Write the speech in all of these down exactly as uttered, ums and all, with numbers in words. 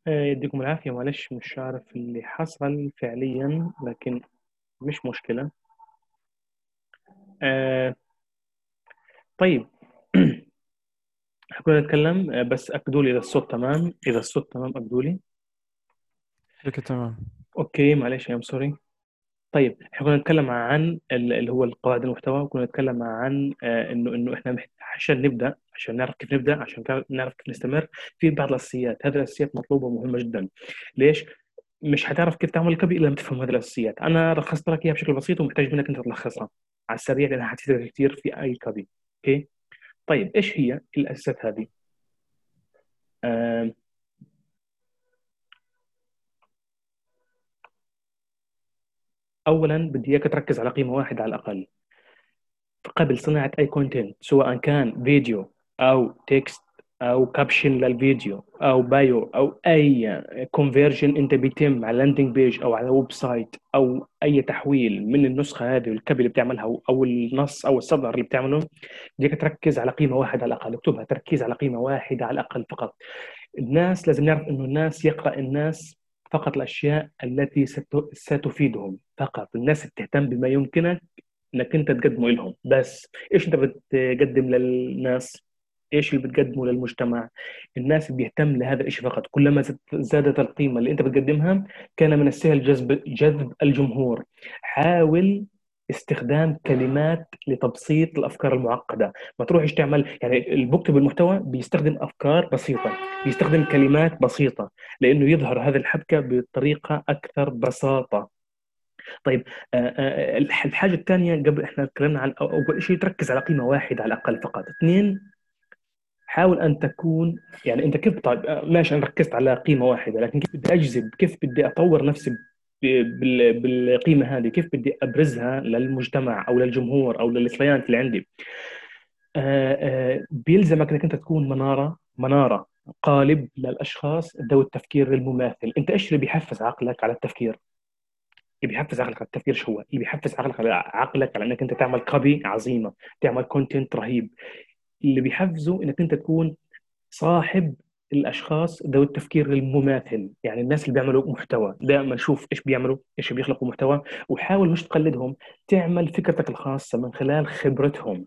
آه، يديكم العافية. معلش مش عارف اللي حصل فعليا، لكن مش مشكلة. آه، طيب. كنا نتكلم، آه، بس أكدوا لي إذا الصوت تمام. إذا الصوت تمام أكدوا لي. هيك تمام. أوكي، معلش أيام سوري. طيب، احنا كنا نتكلم عن ال- اللي هو القواعد المحتوى، وكنا نتكلم عن آه، انه انه احنا محت... عشان نبدا، عشان نعرف كيف نبدا، عشان كا- نعرف كيف نستمر في بعض الاساسيات. هذه الاساسيات مطلوبه ومهمه جدا. ليش؟ مش حتعرف كيف تعمل الكوبي الا لما تفهم هذه الاساسيات. انا لخصت لك اياها بشكل بسيط، ومحتاج منك انت تلخصها على السريع، لانها حتفيدك كثير في اي كوبي. اوكي. طيب، ايش هي الاساسيات هذه؟ آم، اولا بدي اياك تركز على قيمه واحده على الاقل قبل صناعة أي كونتنت، سواء كان فيديو أو تكست أو كابشن للفيديو أو بايو أو أي كونفرجن أنت بيتم على لاندنج بيج أو على ويب سايت، أو أي تحويل من النسخة هذه والكابي اللي بتعملها أو أو النص أو الصدر اللي بتعمله. بدك تركز على قيمة واحدة على الأقل. اكتبها: تركيز على قيمة واحدة على الأقل فقط. الناس لازم نعرف إنه الناس يقرأ الناس فقط الأشياء التي ست- ستفيدهم فقط. الناس بتهتم بما يمكنك انك انت تقدمه لهم بس. ايش انت بتقدم للناس؟ ايش اللي بتقدمه للمجتمع؟ الناس بيهتم لهذا الشيء فقط. كلما زد- زادت القيمة اللي انت بتقدمها، كان من السهل جذب جذب الجمهور. حاول استخدام كلمات لتبسيط الافكار المعقده. ما تروحش تعمل، يعني المكتب المحتوى بيستخدم افكار بسيطه، بيستخدم كلمات بسيطه، لانه يظهر هذا الحبكه بطريقه اكثر بساطه. طيب. آه، آه، الح- الحاجة الثانية، قبل احنا تكلمنا عن أول شيء تركز على قيمة واحدة على الأقل فقط. اثنين، حاول أن تكون، يعني أنت كيف؟ طيب، آه، ماشي، أنا ركزت على قيمة واحدة، لكن كيف بدي أجذب؟ كيف بدي أطور نفسي ب- بال- بالقيمة هذه؟ كيف بدي أبرزها للمجتمع أو للجمهور أو للكلاينت اللي عندي؟ آه، آه، بيلزمك انك انت تكون مناره مناره قالب للاشخاص ذوي التفكير المماثل. انت ايش اللي بيحفز عقلك على التفكير؟ اللي بيحفز عقلك على التفكير شو هو؟ اللي بيحفز عقلك على عقلك على انك انت تعمل كوبي عظيمه، تعمل كونتنت رهيب. اللي بيحفزه انك انت تكون صاحب الاشخاص ذوي التفكير المماثل، يعني الناس اللي بيعملوا محتوى. دائما شوف ايش بيعملوا، ايش بيخلقوا محتوى، وحاول مش تقلدهم، تعمل فكرتك الخاصه من خلال خبرتهم.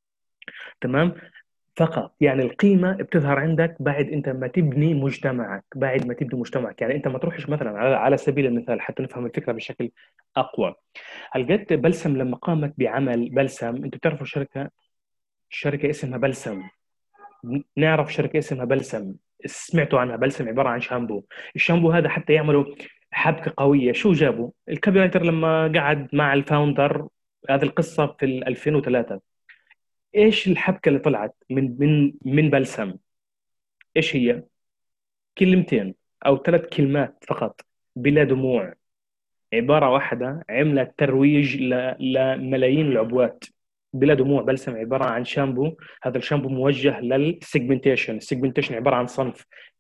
تمام. فقط يعني القيمة بتظهر عندك بعد انت ما تبني مجتمعك. بعد ما تبني مجتمعك، يعني انت ما تروحش مثلا، على على سبيل المثال حتى نفهم الفكرة بشكل اقوى. هلقيت بلسم لما قامت بعمل بلسم، انتوا بتعرفوا شركة شركة اسمها بلسم؟ نعرف شركة اسمها بلسم، سمعتوا عنها؟ بلسم عبارة عن شامبو. الشامبو هذا حتى يعملوا حبكة قوية، شو جابوا؟ الكوبي رايتر لما قعد مع الفاوندر، هذه القصة في ال ألفين وثلاثة. ايش الحبكة اللي طلعت من من من بلسم؟ ايش هي؟ كلمتين او ثلاث كلمات فقط، بلا دموع. عبارة واحدة عملت ترويج ل... لملايين العبوات. بلا دموع. بلسم عبارة عن شامبو. هذا الشامبو موجه للسيجمنتيشن. السيجمنتيشن عبارة عن صنف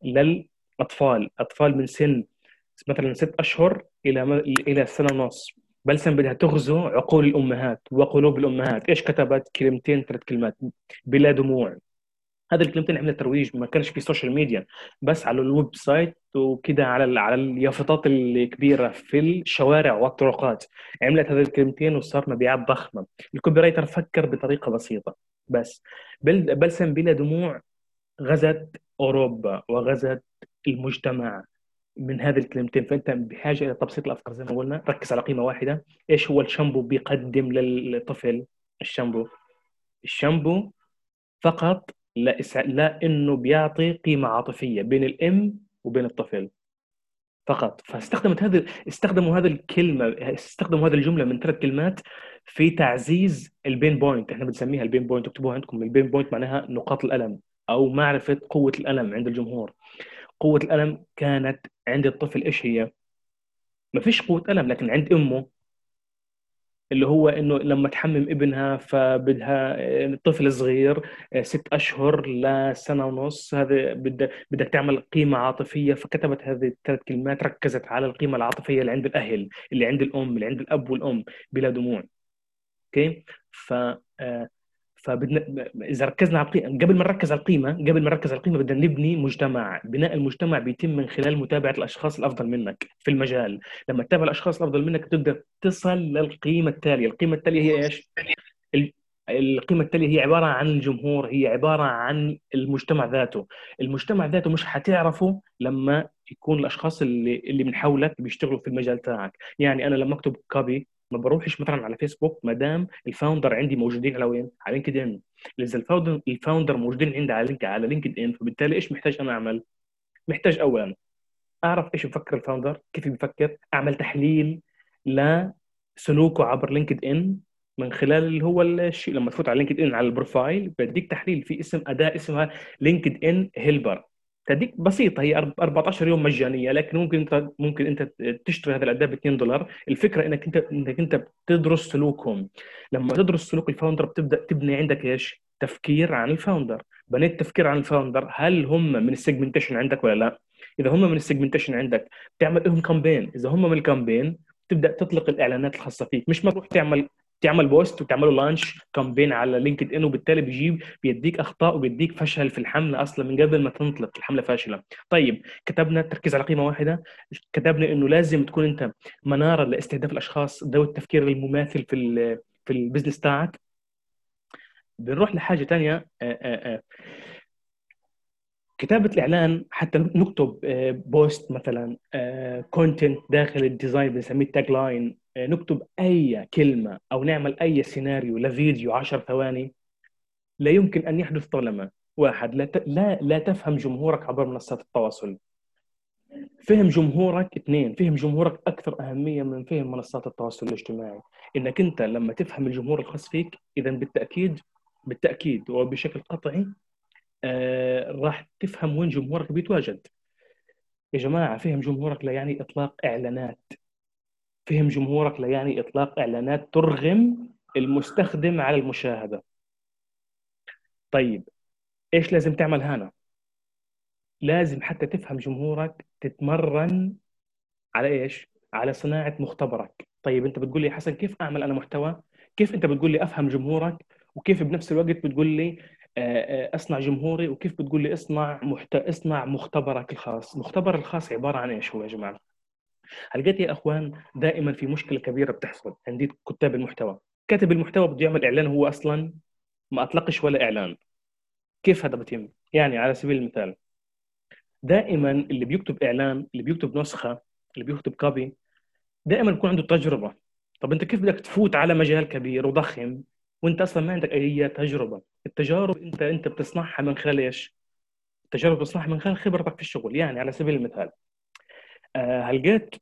للأطفال، أطفال من سن مثلا ست أشهر إلى إلى سنة ونص. بلسم بدها تغزو عقول الأمهات وقلوب الأمهات. إيش كتبت؟ كلمتين، ثلاث كلمات: بلا دموع. هذا الكلمتين عملت ترويج، ما كانش في سوشيال ميديا، بس على الويب سايت وكده، على ال- على اليافطات الكبيره في الشوارع والطرقات. عملت هذه الكلمتين وصار مبيعات ضخمه. الكوبي رايتر فكر بطريقه بسيطه بس. بل بلسم بلا دموع غزت اوروبا وغزت المجتمع من هذه الكلمتين. فانت بحاجه الى تبسيط الافكار زي ما قلنا. ركز على قيمه واحده. ايش هو الشامبو بيقدم للطفل؟ الشامبو الشامبو فقط لا إسع... لا انه بيعطي قيمه عاطفيه بين الام وبين الطفل فقط. فاستخدمت هذه استخدموا هذه الكلمه، استخدموا هذه الجمله من ثلاث كلمات في تعزيز البين بوينت. احنا بنسميها البين بوينت، اكتبوها عندكم. البين بوينت معناها نقاط الالم، او معرفه قوه الالم عند الجمهور. قوه الالم كانت عند الطفل ايش هي؟ ما فيش قوه الم، لكن عند امه، اللي هو انه لما تحمم ابنها فبدها، آه، طفل صغير، آه، ست اشهر لسنه ونص، هذا بدك بدك تعمل قيمه عاطفيه. فكتبت هذه الثلاث كلمات، ركزت على القيمه العاطفيه اللي عند الاهل، اللي عند الام، اللي عند الاب والام، بلا دموع. اوكي. ف آه، فبدنا اذا ركزنا على القيمه، قبل ما نركز على القيمه قبل ما نركز على القيمه بدنا نبني مجتمع. بناء المجتمع بيتم من خلال متابعه الاشخاص الافضل منك في المجال. لما تتابع الاشخاص الافضل منك تقدر تصل للقيمه التاليه. القيمه التاليه هي ايش؟ ال- القيمة التالية هي عبارة عن الجمهور، هي عبارة عن المجتمع ذاته. المجتمع ذاته مش حتعرفه لما يكون الأشخاص اللي اللي من حولك بيشتغلوا في المجال تاعك. يعني أنا لما أكتب كوبي ما بروحش مثلا على فيسبوك ما دام الفاوندر عندي موجودين على وين؟ على لينكد ان. اذا الفاوندر الفاوندر موجودين عندي على لينك على لينكد ان، فبالتالي ايش محتاج انا اعمل؟ محتاج اولا اعرف ايش بفكر الفاوندر، كيف بيفكر، اعمل تحليل لسلوكه عبر لينكد ان من خلال اللي هو الشيء. لما تفوت على لينكد ان على البروفايل بديك تحليل في اسم اداه اسمها لينكد ان هيلبر. تديك بسيطه، هي أربعتاشر يوم مجانيه، لكن ممكن انت ممكن انت تشتري هذا الاداه ب اثنين دولار. الفكره انك انت انك انت بتدرس سلوكهم. لما تدرس سلوك الفاوندر بتبدا تبني عندك ايش؟ تفكير عن الفاوندر. بنيت تفكير عن الفاوندر، هل هم من السيجمنتيشن عندك ولا لا؟ اذا هم من السيجمنتيشن عندك بتعمل لهم كامبين. اذا هم من الكامبين تبدا تطلق الاعلانات الخاصه فيك. مش ما تروح تعمل تعمل بوست وتعمله لانش كامبين على لينكد ان، وبالتالي بيجيب بيديك اخطاء وبيديك فشل في الحمله اصلا من قبل ما تنطلق الحمله فاشله. طيب كتبنا تركيز على قيمه واحده، كتبنا انه لازم تكون انت مناره لاستهداف الاشخاص ذوي التفكير المماثل في ال في البزنس تاعك. بنروح لحاجه ثانيه، كتابة الإعلان. حتى نكتب آه، بوست مثلا، كونتنت داخل الديزاين بنسميه تاج لاين، آه، نكتب أي كلمة أو نعمل أي سيناريو لفيديو عشر ثواني. لا يمكن أن يحدث طالما واحد لا ت- لا لا تفهم جمهورك عبر منصات التواصل. فهم جمهورك. اثنين، فهم جمهورك أكثر أهمية من فهم منصات التواصل الاجتماعي. إنك أنت لما تفهم الجمهور الخاص فيك، إذا بالتأكيد بالتأكيد وبشكل قطعي آه راح تفهم وين جمهورك بيتواجد. يا جماعة، فهم جمهورك لا يعني إطلاق إعلانات. فهم جمهورك لا يعني إطلاق إعلانات ترغم المستخدم على المشاهدة. طيب إيش لازم تعمل هنا؟ لازم حتى تفهم جمهورك تتمرن على إيش؟ على صناعة مختبرك. طيب أنت بتقول لي حسن كيف أعمل أنا محتوى؟ كيف أنت بتقول لي أفهم جمهورك، وكيف بنفس الوقت بتقول لي آه، آه، أصنع جمهوري، وكيف بتقول لي اصنع محت... اصنع مختبرك الخاص؟ مختبر الخاص عبارة عن إيش هو يا جماعة؟ هلقيت يا اخوان دائما في مشكله كبيره بتحصل عند كتاب المحتوى. كاتب المحتوى بده يعمل اعلان، هو اصلا ما اطلقش ولا اعلان. كيف هذا بيتم؟ يعني على سبيل المثال، دائما اللي بيكتب اعلان، اللي بيكتب نسخه، اللي بيكتب كوبي، دائما بيكون عنده تجربه. طب انت كيف بدك تفوت على مجال كبير وضخم وانت اصلا ما عندك اي تجربه؟ التجارب انت انت بتصنعها من خلال ايش؟ التجارب بتصنعها من خلال خبرتك في الشغل. يعني على سبيل المثال، آه، هلقيت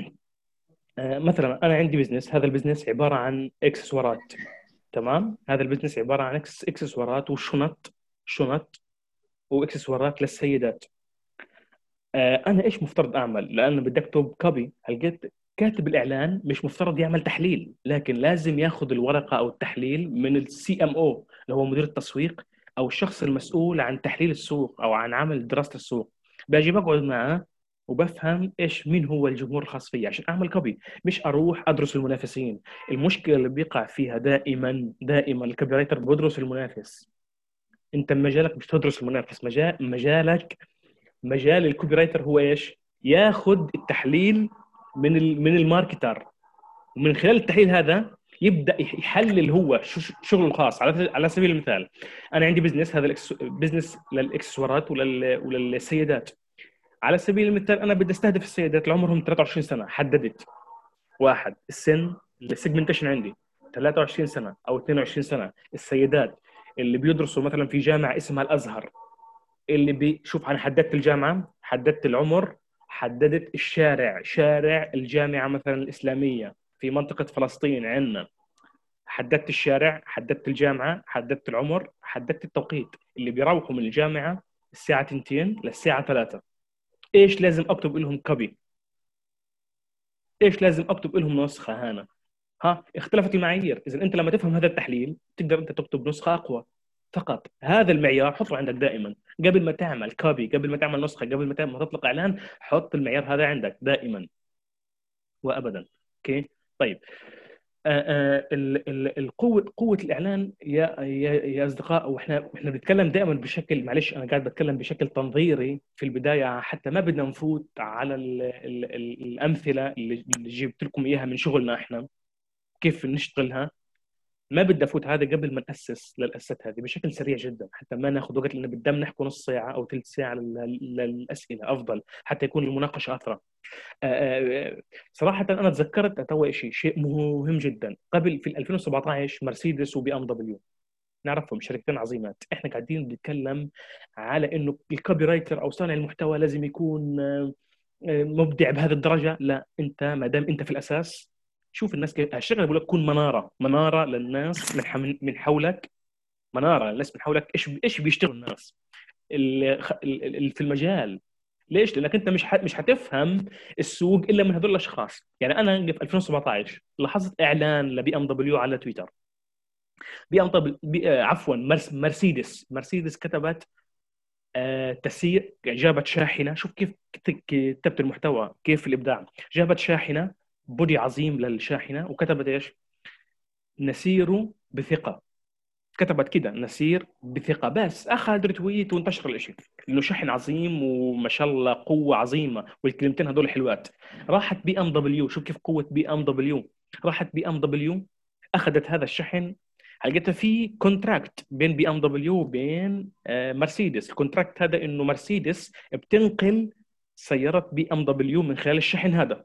آه، مثلا انا عندي بزنس، هذا البزنس عباره عن اكسسوارات. تمام، هذا البزنس عباره عن إكس- اكسسوارات وشنط. شنط واكسسوارات للسيدات. آه، انا ايش مفترض اعمل؟ لانه بدي اكتب كوبي. هلقيت كاتب الاعلان مش مفترض يعمل تحليل، لكن لازم ياخذ الورقه او التحليل من السي ام او اللي هو مدير التسويق، او الشخص المسؤول عن تحليل السوق او عن عمل دراسه السوق. باجي بقعد معاه وبفهم ايش مين هو الجمهور الخاص فيه عشان اعمل كوبي، مش اروح ادرس المنافسين. المشكله اللي بيقع فيها دائما دائما الكوبي رايتر بيدرس المنافس. انت مجالك مش تدرس المنافس، مجال مجالك مجال الكوبي رايتر هو ايش؟ ياخذ التحليل من ال- من الماركتر، ومن خلال التحليل هذا يبدا يحلل هو شو- شغله الخاص. على على سبيل المثال، انا عندي بزنس، هذا الإكس- بزنس للاكسسوارات ولل وللسيدات. على سبيل المثال انا بدي استهدف السيدات اللي عمرهم ثلاثة وعشرين سنه. حددت واحد السن، السيجمنتيشن عندي ثلاثة وعشرين سنه او اثنين وعشرين سنه. السيدات اللي بيدرسوا مثلا في جامعه اسمها الازهر. اللي بيشوف، انا حددت الجامعه، حددت العمر، حددت الشارع، شارع الجامعه مثلا الاسلاميه في منطقه فلسطين عندنا. حددت الشارع، حددت الجامعه، حددت العمر، حددت التوقيت. اللي بيروحوا من الجامعه الساعه اثنين للساعه ثلاثة. ايش لازم اكتب لهم كوبي؟ ايش لازم اكتب لهم نسخه هنا؟ ها، اختلفت المعايير. اذا انت لما تفهم هذا التحليل تقدر انت تكتب نسخه اقوى. فقط هذا المعيار حطه عندك دائما. قبل ما تعمل كوبي، قبل ما تعمل نسخه، قبل ما تعمل ما تطلق اعلان، حط المعيار هذا عندك دائما وابدا. اوكي. طيب آه، آه، ال- ال- القوة قوة الإعلان يا يا يا أصدقاء، وإحنا إحنا بنتكلم دائما بشكل، معلش أنا قاعد بتكلم بشكل تنظيري في البداية، حتى ما بدنا نفوت على ال ال ال الأمثلة اللي اللي جبت لكم إياها من شغلنا إحنا، كيف نشتغلها. ما بدي أفوت هذا قبل ما نأسس للأسات هذه بشكل سريع جدا، حتى ما ناخذ وقت، لأن بدنا نحكي نص ساعة أو ثلث ساعة لل- للأسئلة أفضل، حتى يكون المناقشة أثرى. آه، آه، صراحة أنا تذكرت تو شيء شيء مهم جدا. قبل في ألفين وسبعطعش مرسيدس وبي ام دبليو، نعرفهم شركتين عظيمات، احنا قاعدين بنتكلم على انه الكوبي رايتر او صانع المحتوى لازم يكون آه، آه، مبدع بهذه الدرجة. لا، انت ما دام انت في الاساس، شوف الناس كيف الشغله، بقول لك كون منارة منارة للناس من حم- من حولك، منارة للناس من حولك. ايش ايش بيشتغلوا الناس اللي اللي في المجال. ليش؟ لانك انت مش ح... مش هتفهم السوق الا من هذول الاشخاص. يعني انا في ألفين وسبعطعش لاحظت اعلان لبي ام دبليو على تويتر. بي ام دبليو بي... آه، عفوا مرس... مرسيدس مرسيدس كتبت آه تسيير، جابت شاحنه. شوف كيف كت- كتبت المحتوى، كيف الابداع. جابت شاحنه، بودي عظيم للشاحنه، وكتبت ايش؟ نسير بثقه. كتبت كده نسير بثقة، بس أخذ رتويت وانتشر الإشي، إنه شحن عظيم وما شاء الله قوة عظيمة، والكلمتين هذول حلوات. راحت بي أم دبليو، شوف كيف قوة بي أم دبليو. راحت بي أم دبليو، أخذت هذا الشحن، لقيتها في كونتراكت بين بي أم دبليو وبين آه، مرسيدس. الكونتراكت هذا إنه مرسيدس بتنقل سيارات بي أم دبليو من خلال الشحن هذا.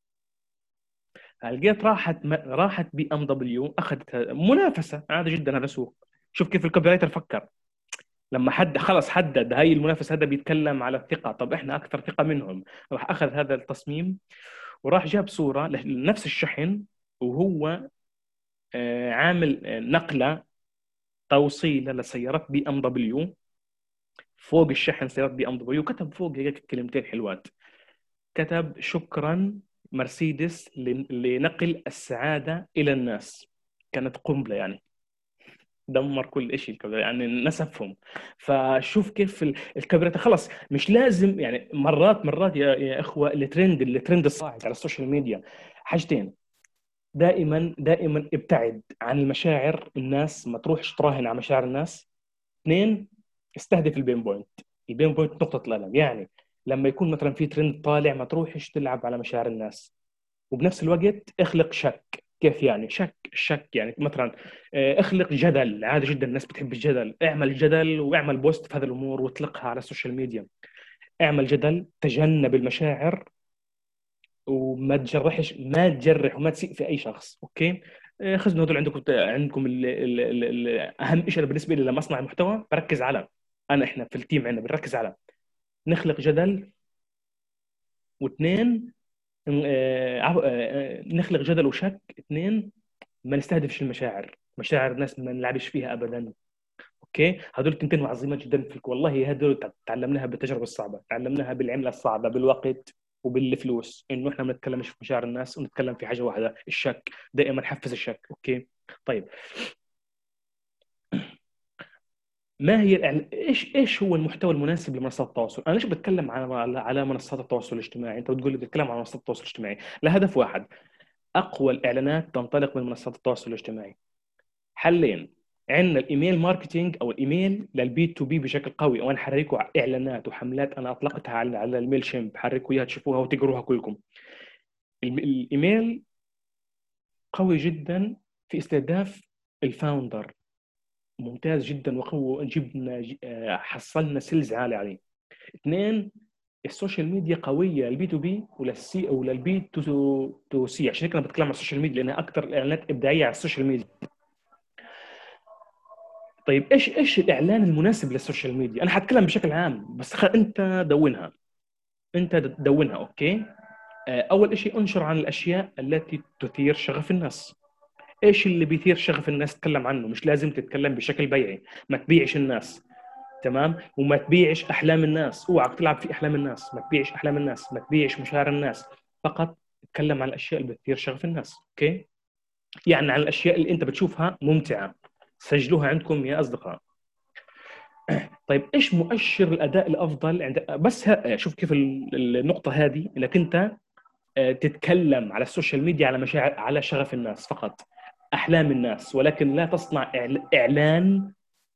لقيت راحت م... راحت بي ام دبليو، اخذت منافسه عادي جدا، هذا سوق. شوف كيف الكوبي رايتر فكر، لما حد خلص حدد هاي المنافس هذا بيتكلم على الثقه، طب احنا اكثر ثقه منهم. راح اخذ هذا التصميم، وراح جاب صوره لنفس الشحن، وهو آه، عامل آه، نقله توصيله لسيارات بي ام دبليو فوق الشحن سيارات بي ام دبليو. كتب فوق هيك كلمتين حلوات، كتب شكرا مرسيدس لن- لنقل السعاده الى الناس. كانت قنبله يعني، دمر كل شيء الكبريت، يعني نسفهم. فشوف كيف ال- الكبريت خلص مش لازم. يعني مرات مرات يا يا اخوه، الترند الترند الصاعد على السوشيال ميديا حاجتين: دائما دائما ابتعد عن المشاعر الناس، ما تروحش تراهن على مشاعر الناس. اثنين، استهدف البين بوينت. البين بوينت نقطة الألم يعني. لما يكون مثلا في ترند طالع، ما تروحش تلعب على مشاعر الناس، وبنفس الوقت اخلق شك. كيف يعني شك؟ الشك يعني مثلا آه، اخلق جدل. عادي جدا، الناس بتحب الجدل. اعمل جدل واعمل بوست في هذه الامور واطلقها على السوشيال ميديا. اعمل جدل، تجنب المشاعر، وما تجرحش، ما تجرح وما تسيء في اي شخص. اوكي؟ آه، خزنوا هذول عندكم عندكم ال ال ال ال اهم شيء. أنا بالنسبه لي لما اصنع محتوى بركز على، انا احنا في التيم عندنا بنركز على نخلق جدل، واثنين آه، عف- آه، آه، نخلق جدل وشك. اثنين، ما نستهدفش المشاعر، مشاعر الناس ما نلعبش فيها ابدا. اوكي؟ هذول التنتين عظيمه جدا فيك، والله هذول تعلمناها بالتجربه الصعبه، تعلمناها بالعمله الصعبه، بالوقت وبالفلوس، انه احنا ما نتكلمش في مشاعر الناس ونتكلم في حاجه واحده: الشك. دائما حفز الشك. اوكي؟ طيب، ما هي الإعل... ايش ايش هو المحتوى المناسب لمنصات التواصل؟ انا ليش بتكلم على على على منصات التواصل الاجتماعي؟ انت بتقول لي بتتكلم على منصات التواصل الاجتماعي لهدف واحد: اقوى الاعلانات تنطلق من منصات التواصل الاجتماعي. حلين: عندنا الايميل ماركتينج او الايميل للبي تو بي بشكل قوي، وانا حريكم اعلانات وحملات انا اطلقتها على على الميل شيمب، حريكم اياها تشوفوها وتقروها كلكم. الم- الايميل قوي جدا في استهداف الفاوندر، ممتاز جدا وقوي، جبنا ج- آه، حصلنا سيلز عالي عليه. اثنين، السوشيال ميديا قويه للبي تو بي وللسي وللبي تو تو سي. عشان هيك انا بتكلم عن السوشيال ميديا، لانها اكثر الاعلانات ابداعيه على السوشيال ميديا. طيب ايش ايش الاعلان المناسب للسوشيال ميديا؟ انا حتكلم بشكل عام، بس خ... انت دونها، انت دونها. اوكي؟ آه، اول شيء انشر عن الاشياء التي تثير شغف الناس. ايش اللي بيثير شغف الناس تتكلم عنه، مش لازم تتكلم بشكل بيعي. ما تبيعش الناس، تمام؟ وما تبيعش احلام الناس، اوعك تلعب في احلام الناس. ما تبيعش احلام الناس، ما تبيعش مشاعر الناس. فقط تتكلم عن الاشياء اللي بتثير شغف الناس. اوكي؟ يعني عن الاشياء اللي انت بتشوفها ممتعه. سجلوها عندكم يا اصدقاء. طيب ايش مؤشر الاداء الافضل عند، بس ه... شوف كيف ال- النقطه هذه، انك انت آه، تتكلم على السوشيال ميديا على مشاعر، على شغف الناس فقط، احلام الناس، ولكن لا تصنع إعل- اعلان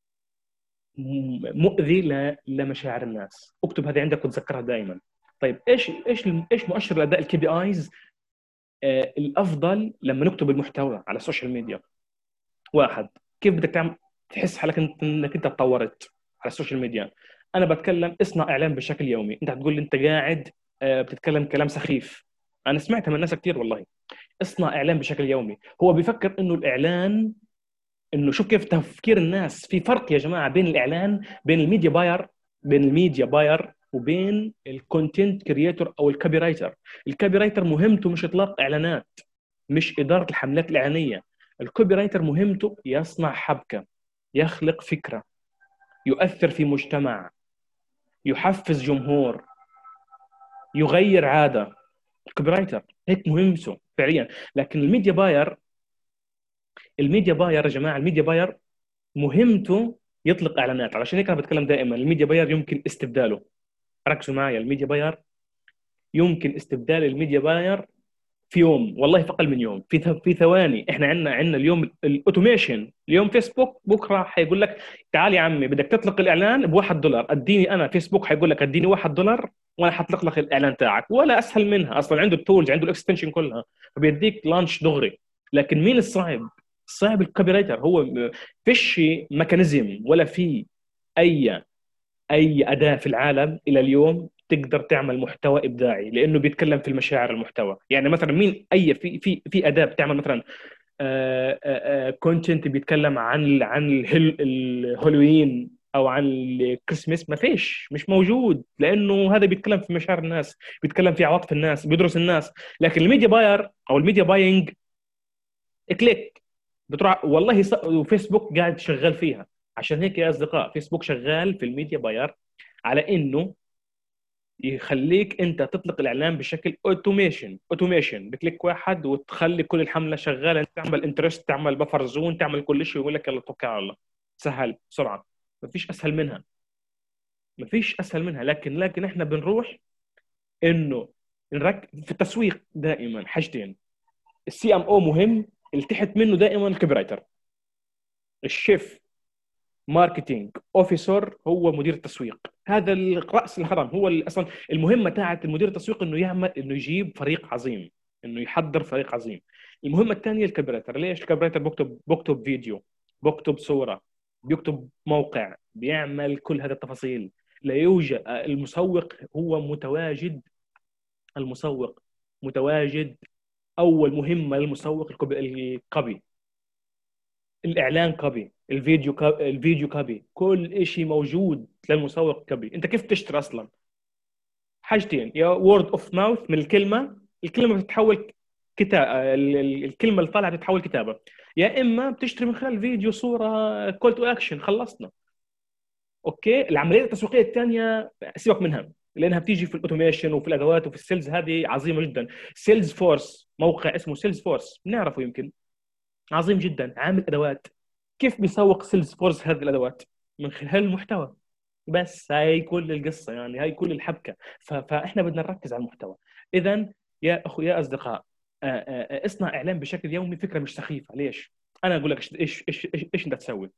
م- مؤذي ل- لمشاعر الناس. اكتب هذه عندك وتذكرها دائما. طيب ايش ايش ايش مؤشر الاداء الكي بي ايز الافضل لما نكتب المحتوى على السوشيال ميديا؟ واحد، كيف بدك تعمل تحس حالك انت انك انت تطورت على السوشيال ميديا؟ انا بتكلم اصنع اعلان بشكل يومي. انت هتقول لي انت قاعد آه، بتتكلم كلام سخيف، انا سمعتها من ناس كثير والله. اصنع اعلان بشكل يومي. هو بيفكر انه الاعلان، انه شوف كيف تفكير الناس. في فرق يا جماعه بين الاعلان، بين الميديا باير، بين الميديا باير وبين الكونتنت كرييتور او الكوبي رايتر. الكوبي رايتر مهمته مش اطلاق اعلانات، مش اداره الحملات الاعلانيه. الكوبي رايتر مهمته يصنع حبكه، يخلق فكره، يؤثر في مجتمع، يحفز جمهور، يغير عاده. الكوبي رايتر هيك مهمته فعليا. لكن الميديا باير، الميديا باير يا جماعه، الميديا باير مهمته يطلق اعلانات. علشان هيك انا بتكلم دائما الميديا باير يمكن استبداله. ركزوا معي، الميديا باير يمكن استبدال الميديا باير في يوم، والله في اقل من يوم، في ث- في ثواني. احنا عندنا عندنا اليوم الاوتوميشن. اليوم فيسبوك بكره حيقول لك تعال يا عمي بدك تطلق الاعلان بواحد دولار، اديني انا. فيسبوك حيقول لك اديني واحد دولار وانا حطلق لك الاعلان تاعك. ولا اسهل منها اصلا، عنده التولز، عنده الاكستنشن كلها، فبيديك لانش دغري. لكن مين الصعب؟ الصعب الكوبي رايتر. هو م- فيش ميكانيزم ولا في اي اي اداه في العالم الى اليوم تقدر تعمل محتوى ابداعي، لانه بيتكلم في المشاعر المحتوى. يعني مثلا مين اي في في في اداه بتعمل مثلا كونتنت بيتكلم عن عن الهل- الهالوين او عن الكريسماس؟ ما فيش، مش موجود، لانه هذا بيتكلم في مشاعر الناس، بيتكلم في عواطف الناس، بيدرس الناس. لكن الميديا باير او الميديا باينج كليك بتروح والله ص... وفيسبوك قاعد شغال فيها. عشان هيك يا اصدقاء فيسبوك شغال في الميديا باير على انه يخليك انت تطلق الاعلان بشكل اوتوميشن. اوتوميشن بكليك واحد وتخلي كل الحمله شغاله، انت تعمل انترست، تعمل بفر زون، تعمل كل شيء، ويقول لك يلا توكل على الله. سهل بسرعه، ما فيش اسهل منها، ما فيش اسهل منها. لكن لكن احنا بنروح انه نرك في التسويق دائما حاجتين. السي ام او مهم، اللي تحت منه دائما الكوبي رايتر. الشيف ماركتينج اوفيسر هو مدير التسويق، هذا الراس الهرم. هو ال- اصلا المهمه تاعت المدير التسويق انه يعمل، انه يجيب فريق عظيم، انه يحضر فريق عظيم. المهمه الثانيه الكابريتر. ليش الكابريتر؟ بكتب بكتب فيديو، بكتب صوره، بيكتب موقع، بيعمل كل هذه التفاصيل. لا يوجد المسوق هو متواجد، المسوق متواجد. اول مهمه للمسوق الكوبي، الكوبي، الاعلان كوبي، الفيديو كوبي، الفيديو كوبي، كل شيء موجود للمسوق كوبي. انت كيف تشتري اصلا؟ حاجتين، يا وورد اوف ماوث من الكلمه، الكلمه بتتحول كتاب، الكلمه اللي طالعه بتتحول كتابه، يا اما بتشتري من خلال فيديو، صوره، كول تو اكشن، خلصنا. اوكي. العمليه التسويقيه الثانيه سيبك منها، لانها بتيجي في الاوتوميشن وفي الادوات وفي السيلز، هذه عظيمه جدا. سيلز فورس، موقع اسمه سيلز فورس بنعرفه يمكن، عظيم جدا، عامل ادوات. كيف بيسوق سيلز فورس هذه الادوات؟ من خلال المحتوى. بس هاي كل القصه، يعني هاي كل الحبكه. ف- فاحنا بدنا نركز على المحتوى. اذا يا اخو يا اصدقاء، آه، آه، آه، اصنع اعلان بشكل يومي. فكره مش سخيفه. ليش؟ انا اقول لك ايش ايش ايش ايش إيش انت تسوي.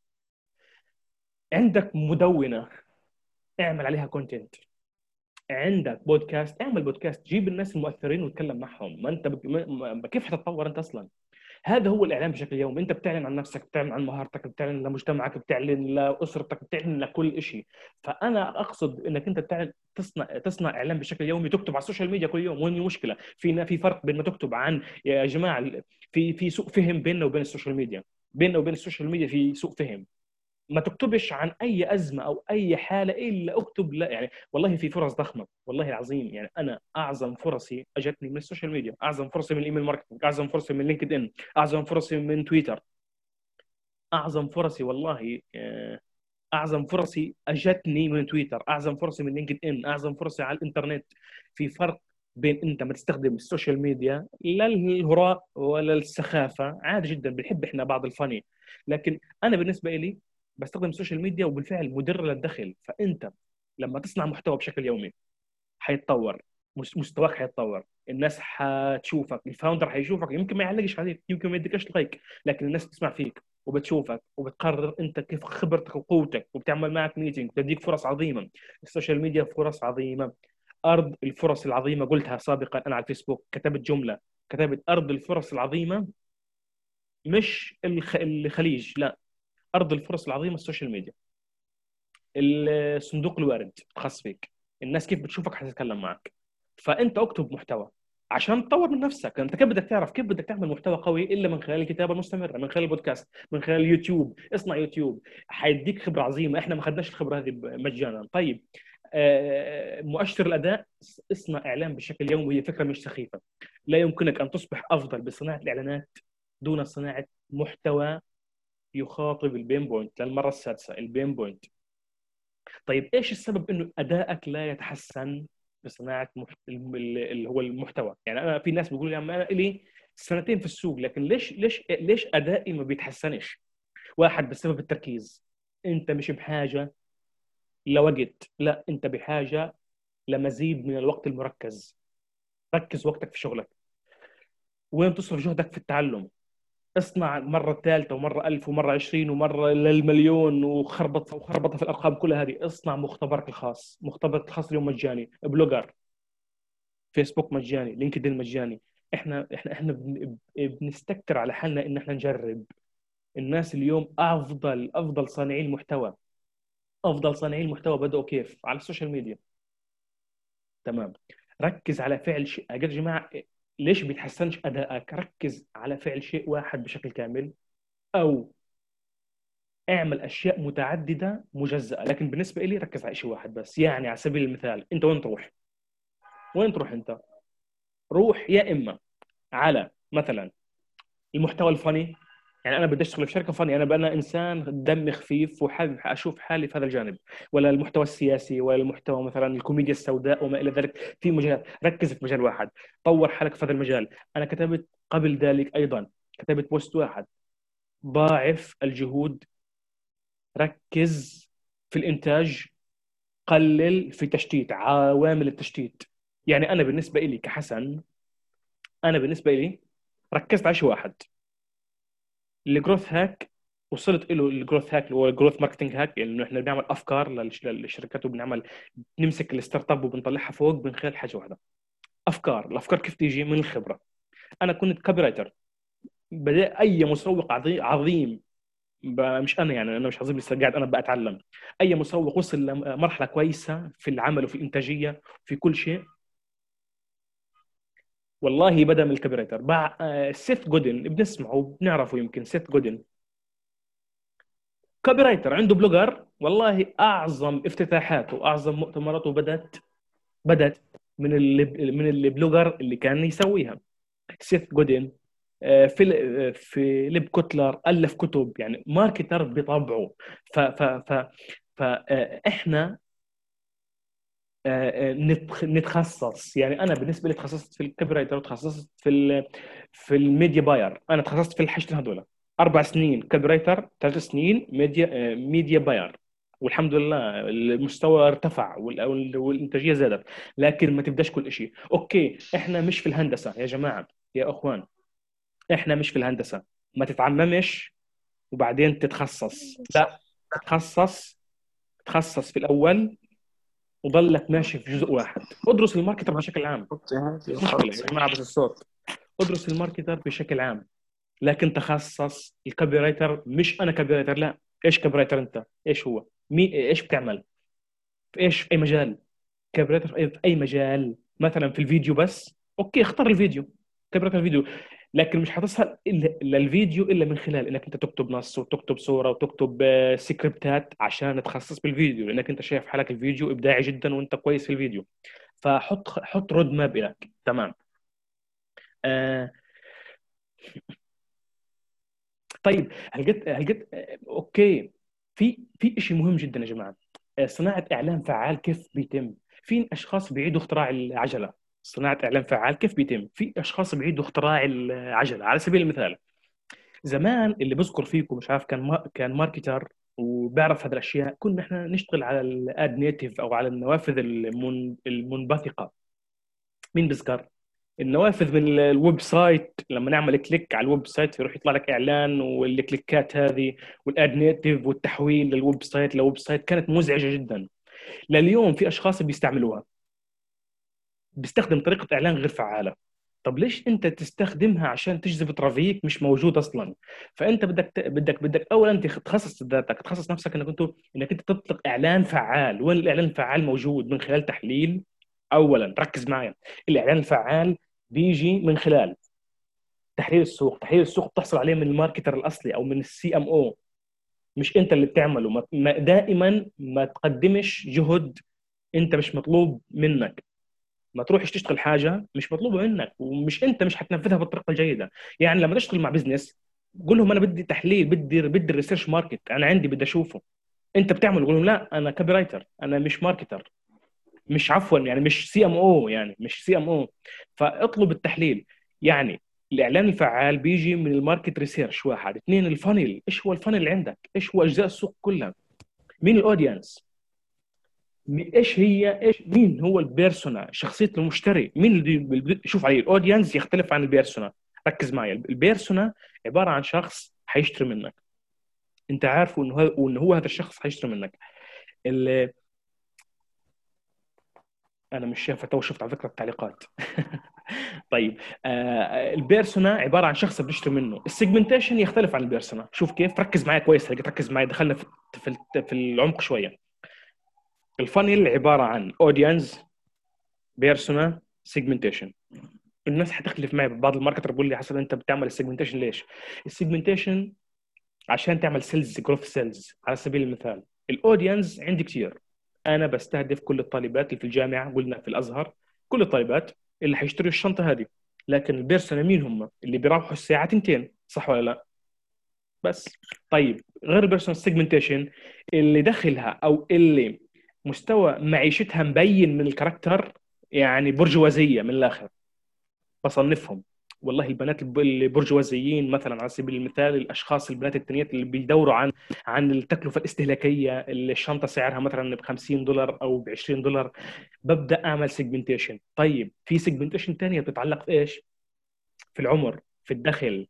عندك مدونه، اعمل عليها كونتنت. عندك بودكاست، اعمل بودكاست، جيب الناس المؤثرين وتكلم معهم. ما انت بك... ما... ما... كيف حتتطور انت اصلا؟ هذا هو الاعلام بشكل يومي. انت بتعلن عن نفسك، بتعلن عن مهارتك، بتعلن لمجتمعك، بتعلن لاسرتك، بتعلن لكل شيء. فانا اقصد انك انت تعلن، تصنع تصنع اعلام بشكل يومي، تكتب على السوشيال ميديا كل يوم. وين المشكله؟ في في فرق بين ما تكتب عن، يا جماعه، في في سوء فهم بيننا وبين السوشيال ميديا. بيننا وبين السوشيال ميديا في سوء فهم. ما تكتبش عن اي ازمه او اي حاله، الا اكتب. لا يعني والله في فرص ضخمه، والله العظيم. يعني انا اعظم فرصي اجتني من السوشيال ميديا، اعظم فرصي من الايميل ماركتنج، اعظم فرصي من لينكد ان، اعظم فرصي من تويتر، اعظم فرصي والله آه، اعظم فرصي اجتني من تويتر، اعظم فرصي من لينكد ان، اعظم فرصي على الانترنت. في فرق بين انت ما تستخدم السوشيال ميديا لا الهراء ولا السخافه، عادي جدا، بنحب احنا بعض الفاني. لكن انا بالنسبه لي بستخدم السوشيال ميديا وبالفعل مدر للدخل. فانت لما تصنع محتوى بشكل يومي حيتطور، مستواك حيتطور، الناس حتشوفك، الفاوندر حيشوفك، يمكن ما يعلقش عليك، يمكن ما يديكش لايك، لكن الناس بتسمع فيك وبتشوفك وبتقرر انت كيف خبرتك وقوتك، وبتعمل معك ميتنج، بتديك فرص عظيمه. السوشيال ميديا فرص عظيمه، ارض الفرص العظيمه. قلتها سابقا انا على الفيسبوك، كتبت جمله، كتبت ارض الفرص العظيمه، مش الخ... الخليج، لا، ارض الفرص العظيمه السوشيال ميديا. الصندوق الوارد خاص فيك، الناس كيف بتشوفك حتتكلم معك. فانت اكتب محتوى عشان تطور من نفسك. انت كيف بدك تعرف كيف بدك تعمل محتوى قوي الا من خلال الكتابه المستمره، من خلال البودكاست، من خلال اليوتيوب. اصنع يوتيوب، حيديك خبره عظيمه. احنا ما خدناش الخبره هذه مجانا. طيب، آه، مؤشر الاداء، اصنع اعلان بشكل يومي. هي فكره مش سخيفه. لا يمكنك ان تصبح افضل بصناعه الاعلانات دون صناعه محتوى يخاطب البين بوينت. للمره السادسه، البين بوينت. طيب ايش السبب انه ادائك لا يتحسن بصناعه محت... اللي هو المحتوى؟ يعني انا في ناس بيقولوا لي يا عم انا لي سنتين في السوق، لكن ليش ليش ليش ادائي ما بيتحسنش؟ واحد، بسبب التركيز. انت مش بحاجه لوقت، لا، انت بحاجه لمزيد من الوقت المركز. ركز وقتك في شغلك. وين تصرف جهدك في التعلم؟ اصنع مرة ثالثة ومرة ألف ومرة عشرين ومرة للمليون، وخربط وخربطة في الأرقام كلها هذه. اصنع مختبرك الخاص. مختبرك الخاص اليوم مجاني. بلوجر، فيسبوك مجاني، لينكدين مجاني. احنا احنا احنا بن- بنستكتر على حالنا ان احنا نجرب. الناس اليوم افضل افضل صانعي المحتوى، افضل صانعي المحتوى بدأوا كيف؟ على السوشيال ميديا. تمام. ركز على فعل شيء يا جماعة. ليش بيتحسنش أدائك؟ ركز على فعل شيء واحد بشكل كامل، أو اعمل اشياء متعدده مجزاه. لكن بالنسبه لي ركز على شيء واحد بس. يعني على سبيل المثال، انت وين تروح؟ وين تروح انت؟ روح يا اما على مثلا المحتوى الفني. يعني انا بدي اشتغل في شركه فني، انا انا انسان دمي خفيف وحابب اشوف حالي في هذا الجانب. ولا المحتوى السياسي، ولا المحتوى مثلا الكوميديا السوداء وما الى ذلك. في مجال، ركز في مجال واحد، طور حالك في هذا المجال. انا كتبت قبل ذلك ايضا، كتبت بوست واحد: ضاعف الجهود، ركز في الانتاج، قلل في تشتيت عوامل التشتيت. يعني انا بالنسبه لي كحسن، انا بالنسبه لي ركزت على شيء واحد، الجروث هاك. وصلت له الجروث هاك اللي هو الجروث ماركتنج هاك، انه احنا بنعمل افكار للش- للشركات، وبنعمل نمسك الستارت اب وبنطلعها فوق من خلال حاجه واحده: افكار. الافكار كيف تيجي؟ من الخبره. انا كنت كوبي رايتر. بدأ اي مسوق عظيم عظيم، ب- مش انا، يعني انا مش عظيم لسه قاعد انا بتعلم. اي مسوق وصل لمرحله كويسه في العمل وفي الانتاجيه في كل شيء، والله بدا من الكبريتر. باع آه، سيث جودن، بنسمعه بنعرفه يمكن. سيث جودن كوبي رايتر، عنده بلوجر. والله اعظم افتتاحاته واعظم مؤتمراته بدات بدات من اللي من البلوجر اللي كان يسويها. سيث جودن، آه، في آه، فيليب كوتلر الف كتب، يعني ماركتر بطبعه. ف ف ف فاحنا آه، آه، نتخ- نتخصص. يعني انا بالنسبه لي تخصصت في الكوبي رايتر، وتخصصت في ال في الميديا باير. انا تخصصت في الحاجتين هذول: اربع سنين كوبي رايتر، ثلاث سنين ميديا آه، ميديا باير. والحمد لله المستوى ارتفع وال- وال- والانتاجيه زادت. لكن ما تبداش كل شيء. اوكي، احنا مش في الهندسه يا جماعه، يا اخوان، احنا مش في الهندسه. ما تتعممش وبعدين تتخصص، لا، تخصص. تخصص في الاول وضلك ماشي في جزء واحد. ادرس الماركتر بشكل عام. حط هذه مش مشكله وخلاص. يا جماعه، بس الصوت. ادرس الماركتر بشكل عام، لكن تخصص. الكوبي رايتر مش انا كوبي رايتر، لا. ايش كوبي رايتر انت؟ ايش هو؟ مي ايش بتعمل؟ في ايش؟ في اي مجال؟ كوبي رايتر في اي في أي مجال. مثلا في الفيديو بس، اوكي، اختار الفيديو، كوبي رايتر الفيديو. لكن مش هتصل الا إلا الفيديو الا من خلال انك انت تكتب نص وتكتب صوره وتكتب آه، سكريبتات عشان تخصص بالفيديو، لانك انت شايف حالك الفيديو ابداعي جدا وانت كويس في الفيديو. فحط حط رود ماب لك. تمام. آه طيب، هل قد هل قد آه اوكي. في في شيء مهم جدا يا جماعه: آه صناعه اعلان فعال كيف بيتم؟ في اشخاص بيعيدوا اختراع العجله. صناعه اعلان فعال كيف بيتم؟ في اشخاص بيعيدوا اختراع العجله. على سبيل المثال، زمان اللي بذكر فيكم مش عارف، كان ما كان ماركتر وبيعرف هذه الاشياء. كنا احنا نشتغل على الاد نيتيف او على النوافذ المن... المنبثقه. مين بذكر؟ النوافذ من ال- الويب سايت، لما نعمل كليك على الويب سايت يروح يطلع لك اعلان، والكليكات هذه والاد نيتيف والتحويل للويب سايت لويب سايت كانت مزعجه جدا. لليوم في اشخاص بيستعملوها، بيستخدم طريقه اعلان غير فعاله. طب ليش انت تستخدمها عشان تجذب ترافيك مش موجود اصلا؟ فانت بدك ت- بدك بدك اولا انت تخصص ذاتك، تخصص نفسك انك انت انك انت تطلق اعلان فعال. وين الاعلان الفعال موجود؟ من خلال تحليل. اولا ركز معي، الاعلان الفعال بيجي من خلال تحليل السوق. تحليل السوق بتحصل عليه من الماركتر الاصلي او من السي ام او، مش انت اللي بتعمله. ما ما- دائما ما تقدمش جهد انت مش مطلوب منك. ما تروحش تشتغل حاجه مش مطلوبه منك، ومش انت مش هتنفذها بالطريقه الجيده. يعني لما تشتغل مع بزنس، قول لهم انا بدي تحليل، بدي بدي الريسيرش ماركت، انا عندي بدي اشوفه. انت بتعمل، قول لهم لا انا كوبي رايتر، انا مش ماركتر، مش عفوا يعني مش سي ام او، يعني مش سي ام او. فاطلب التحليل. يعني الاعلان الفعال بيجي من الماركت ريسيرش. واحد اثنين، الفانل. ايش هو الفانل اللي عندك؟ ايش هو اجزاء السوق كلها؟ مين الاودينس؟ مي- ايش هي ايش مين هو البيرسونا؟ شخصيه المشتري مين اللي بي- شوف عليه الاودينس يختلف عن البيرسونا. ركز معي، البيرسونا عباره عن شخص حيشتري منك، انت عارف انه هو انه هو هذا الشخص حيشتري منك. اللي انا مش شايف تو، شفت على فكره التعليقات. طيب، آه البيرسونا عباره عن شخص بنشتري منه. السيجمنتيشن يختلف عن البيرسونا. شوف كيف، ركز معي كويس، هيك تركز معي، دخلنا في في في العمق شويه. الفانيل عباره عن اودينس، بيرسونا، سيجمنتيشن. الناس حتختلف معي، بعض الماركتر بيقول لي حسب انت بتعمل السيجمنتيشن ليش. السيجمنتيشن عشان تعمل سيلز، جروث سيلز. على سبيل المثال، الاودينس عندي كتير، انا بستهدف كل الطالبات اللي في الجامعه، قلنا في الازهر كل الطالبات اللي حيشتروا الشنطه هذه. لكن البيرسونا مين هم؟ اللي بيروحوا الساعه تنتين، صح ولا لا؟ بس. طيب غير البيرسونال سيجمنتيشن، اللي دخلها او اللي مستوى معيشتها مبين من الكاركتر، يعني برجوازيه من الاخر، بصنفهم. والله البنات الب- البرجوازيين مثلا، على سبيل المثال الاشخاص البنات التانيات اللي بيدوروا عن عن التكلفه الاستهلاكيه، اللي الشنطه سعرها مثلا ب خمسين دولار او ب عشرين دولار، ببدا اعمل سيجمنتيشن. طيب في سيجمنتيشن تانية بتتعلق في ايش؟ في العمر، في الدخل،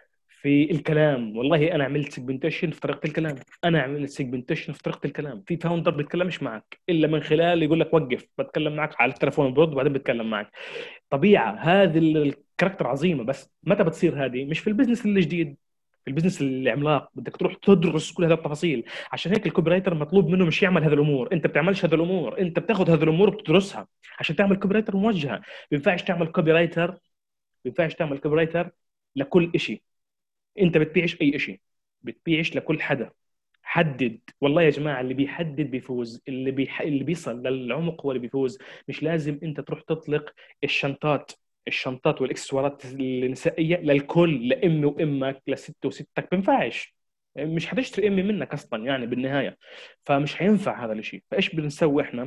في الكلام. والله انا عملت سيجمنتيشن في طريقه الكلام، انا عملت سيجمنتيشن في طريقه الكلام. في فاوندر بيتكلمش معك الا من خلال يقول لك وقف، بتكلم معك على التليفون، برد وبعدين بتكلم معك. طبيعه هذه الكاركتر عظيمه، بس متى بتصير هذه؟ مش في البزنس الجديد، في البزنس العملاق بدك تروح تدرس كل هذه التفاصيل. عشان هيك الكوبي رايتر مطلوب منه مش يعمل هذه الامور. انت بتعملش هذه الامور، انت بتاخذ هذه الامور وبتدرسها عشان تعمل كوبي رايتر موجهه. ما ينفعش تعمل كوبي رايتر ما ينفعش تعمل كوبي رايتر لكل شيء. انت بتبيعش اي شيء، بتبيعش لكل حدا. حدد. والله يا جماعه اللي بيحدد بيفوز، اللي بيح... اللي بيصل للعمق هو اللي بيفوز. مش لازم انت تروح تطلق الشنطات الشنطات والاكسسوارات النسائيه للكل، لامي وامك، لست وستك، ما بينفعش. مش هتشتري امي منك اصلا يعني بالنهايه. فمش هينفع هذا الشيء. فايش بنسوي احنا؟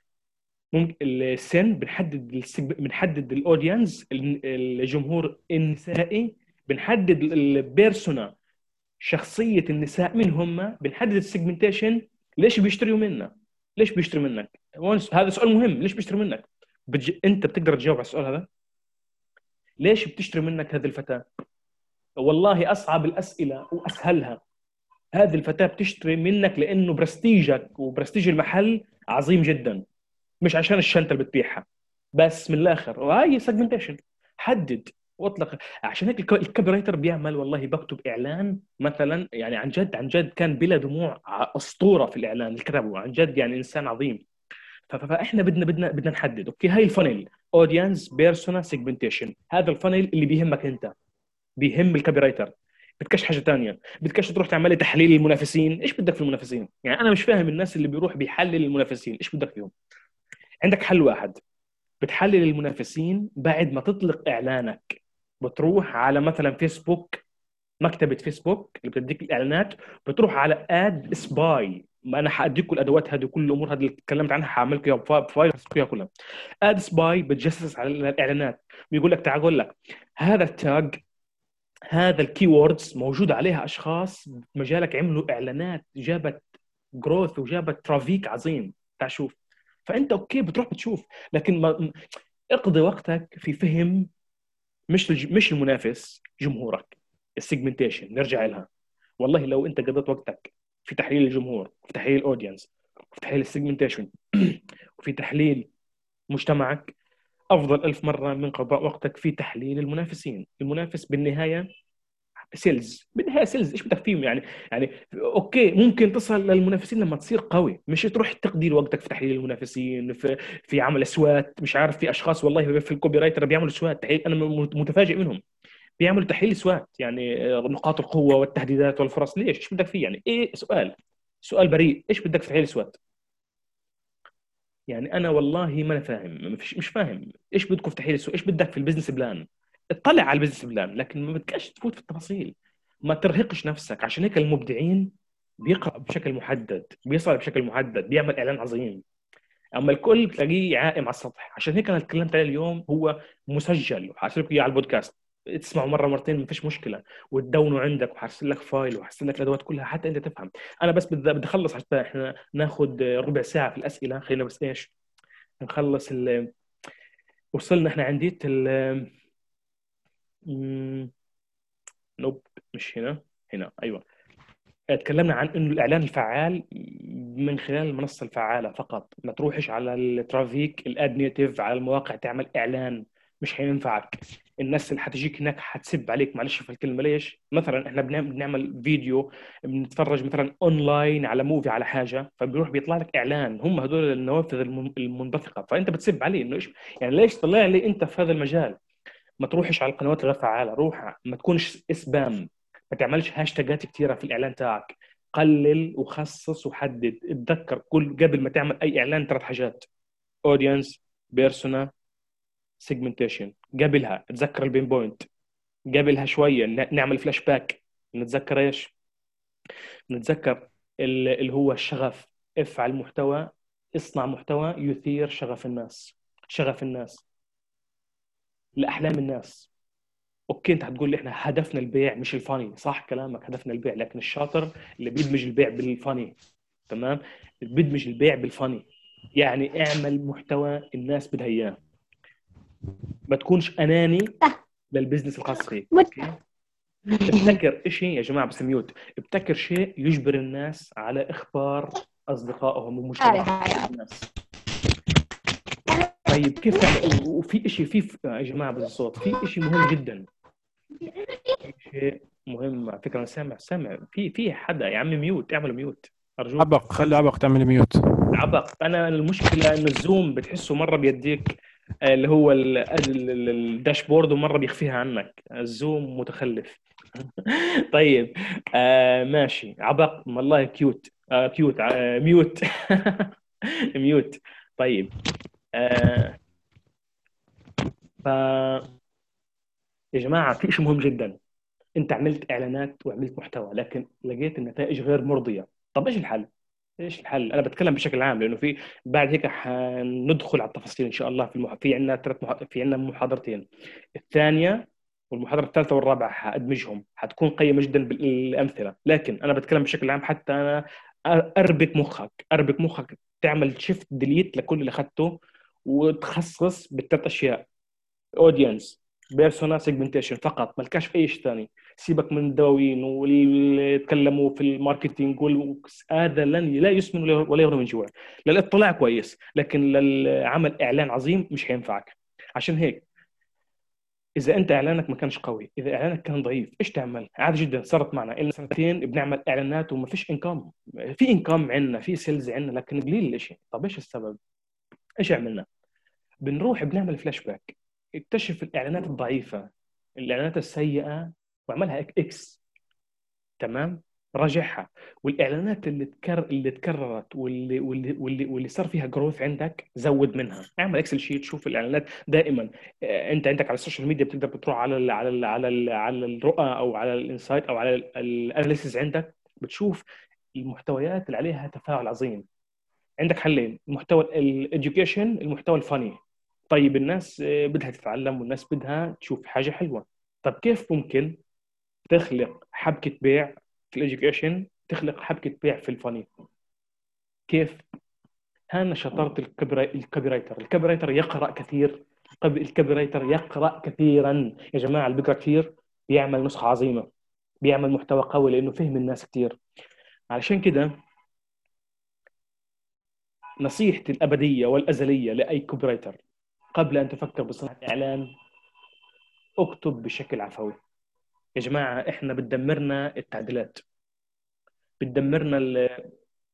ممكن السن بنحدد السج... بنحدد الاودينس، الجمهور النسائي. بنحدد البيرسونا، شخصيه النساء من هم. بنحدد السيجمنتيشن، ليش بيشتروا منا؟ ليش بيشتروا منك؟ وانس- هذا سؤال مهم، ليش بيشتروا منك؟ بتج... انت بتقدر تجاوب على السؤال هذا؟ ليش بتشتري منك هذه الفتاه؟ والله اصعب الاسئله واسهلها. هذه الفتاه بتشتري منك لانه برستيجك وبرستيج المحل عظيم جدا، مش عشان الشنطه اللي بتبيعها. بس من الاخر، وهي سيجمنتيشن. حدد واطلق. عشان هيك الك- الكوبي رايتر بيعمل، والله بكتب اعلان مثلا، يعني عن جد عن جد كان بلا دموع، ع- اسطوره في الاعلان اللي كتبه، عن جد يعني انسان عظيم. ف- ف- فاحنا بدنا بدنا بدنا نحدد. اوكي، هاي الفانيل، اودينس، بيرسونا، سيجمنتيشن. هذا الفانيل اللي بيهمك انت، بيهم الكوبي رايتر. بدكش حاجه تانية، بدكش تروح تعمل لي تحليل المنافسين. ايش بدك في المنافسين؟ يعني انا مش فاهم الناس اللي بيروح بيحلل المنافسين، ايش بدك فيهم؟ عندك حل واحد، بتحلل المنافسين بعد ما تطلق اعلانك. بتروح على مثلا فيسبوك، مكتبه فيسبوك اللي بتديك الاعلانات، بتروح على اد سباي. ما انا حاديكم الادوات هذه وكل الامور هذه اللي اتكلمت عنها، هعمل لكم اياها بفايل اياها كلها. اد سباي بتجسس على الاعلانات، بيقول لك تعال اقول لك هذا التاج، هذا الكي ووردز موجود عليها اشخاص في مجالك عملوا اعلانات جابت جروث وجابت ترافيك عظيم، تعال شوف. فانت اوكي بتروح بتشوف، لكن ما اقضي وقتك في فهم مش الج... مش المنافس، جمهورك. السيجمنتيشن نرجع لها. والله لو انت قضيت وقتك في تحليل الجمهور، وفي تحليل الاودينس، وفي تحليل السيجمنتيشن وفي تحليل مجتمعك، افضل ألف مره من قضاء وقتك في تحليل المنافسين. المنافس بالنهايه سيلز، بالنهايه سيلز، ايش بدك فيهم يعني؟ يعني اوكي ممكن تصل للمنافسين لما تصير قوي، مش تروح تقضي وقتك في تحليل المنافسين، في في عمل اسوات. مش عارف، في اشخاص والله في الكوبي رايتر بيعملوا اسوات، تحليل انا متفاجئ منهم. بيعملوا تحليل سوات يعني آه، نقاط القوه والتهديدات والفرص. ليش؟ ايش بدك فيه يعني؟ ايه سؤال، سؤال بريء، ايش بدك في تحليل سوات؟ يعني انا والله ما انا فاهم، مش مش فاهم ايش بدكم في تحليل السوق، ايش بدك في البزنس بلان. اطلع على البزنس بلان لكن ما بدكش تفوت في التفاصيل. ما ترهقش نفسك. عشان هيك المبدعين بيقرأ بشكل محدد، بيصل بشكل محدد، بيعمل اعلان عظيم. اما الكل بتلاقيه عائم على السطح. عشان هيك انا تكلمت عليه اليوم، هو مسجل وحارسل لك اياه على البودكاست. تسمعه مره مرتين ما فيش مشكله، وتدونه عندك، وحارسل لك فايل، وحارسل لك الادوات كلها حتى انت تفهم. انا بس بدي بدي اخلص حتى احنا ناخذ ربع ساعه في الاسئله. خلينا بس ايش نخلص ال... وصلنا احنا عندي ال... مم، نوب، مش هنا، هنا ايوه. اتكلمنا عن انه الاعلان الفعال من خلال المنصه الفعاله فقط. ما تروحش على الترافيك الاد نيتيف على المواقع تعمل اعلان، مش حينفعك. الناس اللي حتجيك هناك حتسب عليك، معلش في الكلمه. ليش؟ مثلا احنا بنعمل بنعمل فيديو، بنتفرج مثلا اونلاين على موفي على حاجه، فبيروح بيطلع لك اعلان، هم هذول النوافذ الم- المنبثقه، فانت بتسب عليه انه ايش يعني؟ ليش طلع لي انت في هذا المجال؟ ما تروحش على القنوات الغير فعاله، روح ما تكونش سبام. ما تعملش هاشتاجات كثيره في الاعلان تاعك. قلل وخصص وحدد. اتذكر كل قبل ما تعمل اي اعلان ثلاث حاجات: اودينس، بيرسونا، سيجمنتيشن. قبلها تذكر البين بوينت. قبلها شويه ن- نعمل فلاش باك. نتذكر ايش؟ نتذكر ال- اللي هو الشغف. افعل محتوى، اصنع محتوى يثير شغف الناس. شغف الناس لاحلام الناس. اوكي انت هتقول لي احنا هدفنا البيع مش الفاني، صح كلامك، هدفنا البيع، لكن الشاطر اللي بيدمج البيع بالفاني. تمام، بيدمج البيع بالفاني. يعني اعمل محتوى الناس بدها اياه، ما تكونش اناني للبزنس الخاص فيك. اوكي، ابتكر شيء يا جماعه، بس ميوت. ابتكر شيء يجبر الناس على اخبار اصدقائهم ومجتمعهم الناس. طيب كيف تعمل؟ وفي شيء في يا جماعه بالصوت، في شيء مهم جدا. في شيء مهم على فكرة. أنا سامع سامع في في حدا يا عم ميوت، اعمل ميوت أرجوك. عبق، خلي عبق تعمل ميوت. عبق. أنا المشكلة إنه الزوم بتحسه مرة بيديك آه، اللي هو ال- ال- ال- الداشبورد، ومرة بيخفيها عنك. الزوم متخلف. طيب آه ماشي. عبق والله كيوت. آه كيوت آه ميوت. ميوت. طيب آه ف يا جماعة في شيء مهم جدا. انت عملت اعلانات وعملت محتوى لكن لقيت النتائج غير مرضيه. طب ايش الحل؟ ايش الحل؟ انا بتكلم بشكل عام لانه في بعد هيك حندخل على التفاصيل ان شاء الله. في المح... في عندنا ثلاث مح... في عندنا محاضرتين. الثانيه والمحاضره الثالثه والرابعه حادمجهم، حتكون قيمه جدا بالامثله. لكن انا بتكلم بشكل عام حتى انا اربك مخك، اربك مخك تعمل شيفت ديليت لكل اللي اخذته، وتخصص بالثلاث اشياء: اودينس، بيرسونا، سيجمنتيشن فقط. ملكاش في اي شيء ثاني. سيبك من الدواوين واللي يتكلموا في الماركتينج وال... هذا لن لا يسمن ولا ولا يغني من جوع. للاطلاع كويس لكن للعمل اعلان عظيم مش هينفعك. عشان هيك اذا انت اعلانك ما كانش قوي، اذا اعلانك كان ضعيف، ايش تعمل؟ عادي جدا، صارت معنا إلنا سنتين بنعمل اعلانات وما فيش انكم. في انكم عندنا، في سيلز عندنا، لكن قليل الشيء. طب ايش السبب؟ ايش عملنا؟ بنروح بنعمل فلاش باك. اكتشف الاعلانات الضعيفه، الاعلانات السيئه، واعملها اكس. تمام، راجعها. والاعلانات اللي تكر اللي تكررت واللي واللي واللي, واللي صار فيها جروث عندك، زود منها. اعمل اكسل شيت، شوف الاعلانات دائما. آه، انت عندك على السوشيال ميديا بتقدر بتروح على ال على ال على ال على الرؤى او على الانسايت او على الاناليسيز عندك، بتشوف المحتويات اللي عليها تفاعل عظيم. عندك حلين: المحتوى الاديوكيشن، المحتوى الفاني. طيب الناس آه، بدها تتعلم والناس بدها تشوف حاجة حلوة. طب كيف ممكن تخلق حبكة بيع في الاديوكيشن، تخلق حبكة بيع في الفاني؟ كيف؟ هنا شطارة الكوبي الكوبي رايتر. الكوبي رايتر يقرأ كثير قبل الكوبي رايتر يقرأ كثيرا يا جماعة، اللي بيقرأ كثير بيعمل نسخة عظيمة، بيعمل محتوى قوي لأنه فهم الناس كثير. علشان كده نصيحتي الأبدية والأزلية لأي كوبي رايتر، قبل أن تفكر بصناعة إعلان اكتب بشكل عفوي. يا جماعة إحنا بتدمرنا التعديلات، بتدمرنا ال-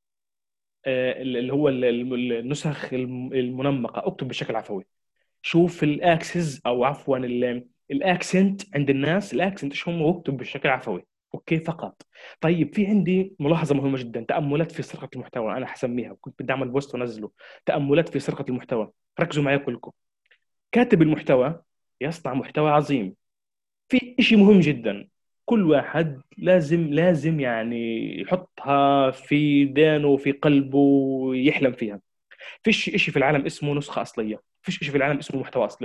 آه، اللي هو ال- ال- النسخ الم- المنمقة. اكتب بشكل عفوي. شوف الاكسس او عفوا ال- الاكسنت عند الناس، الاكسنت ايش هم، واكتب بشكل عفوي. اوكي فقط. طيب في عندي ملاحظه مهمه جدا، تاملات في سرقه المحتوى، انا حسميها، كنت بدي اعمل بوست وانزله، تاملات في سرقه المحتوى. ركزوا معي كلكم. كاتب المحتوى يصنع محتوى عظيم، في إشي مهم جدا، كل واحد لازم لازم يعني يحطها في دانه وفي قلبه ويحلم فيها. فيش إشي في العالم اسمه نسخة أصلية، فيش إشي في العالم اسمه محتوى أصلي.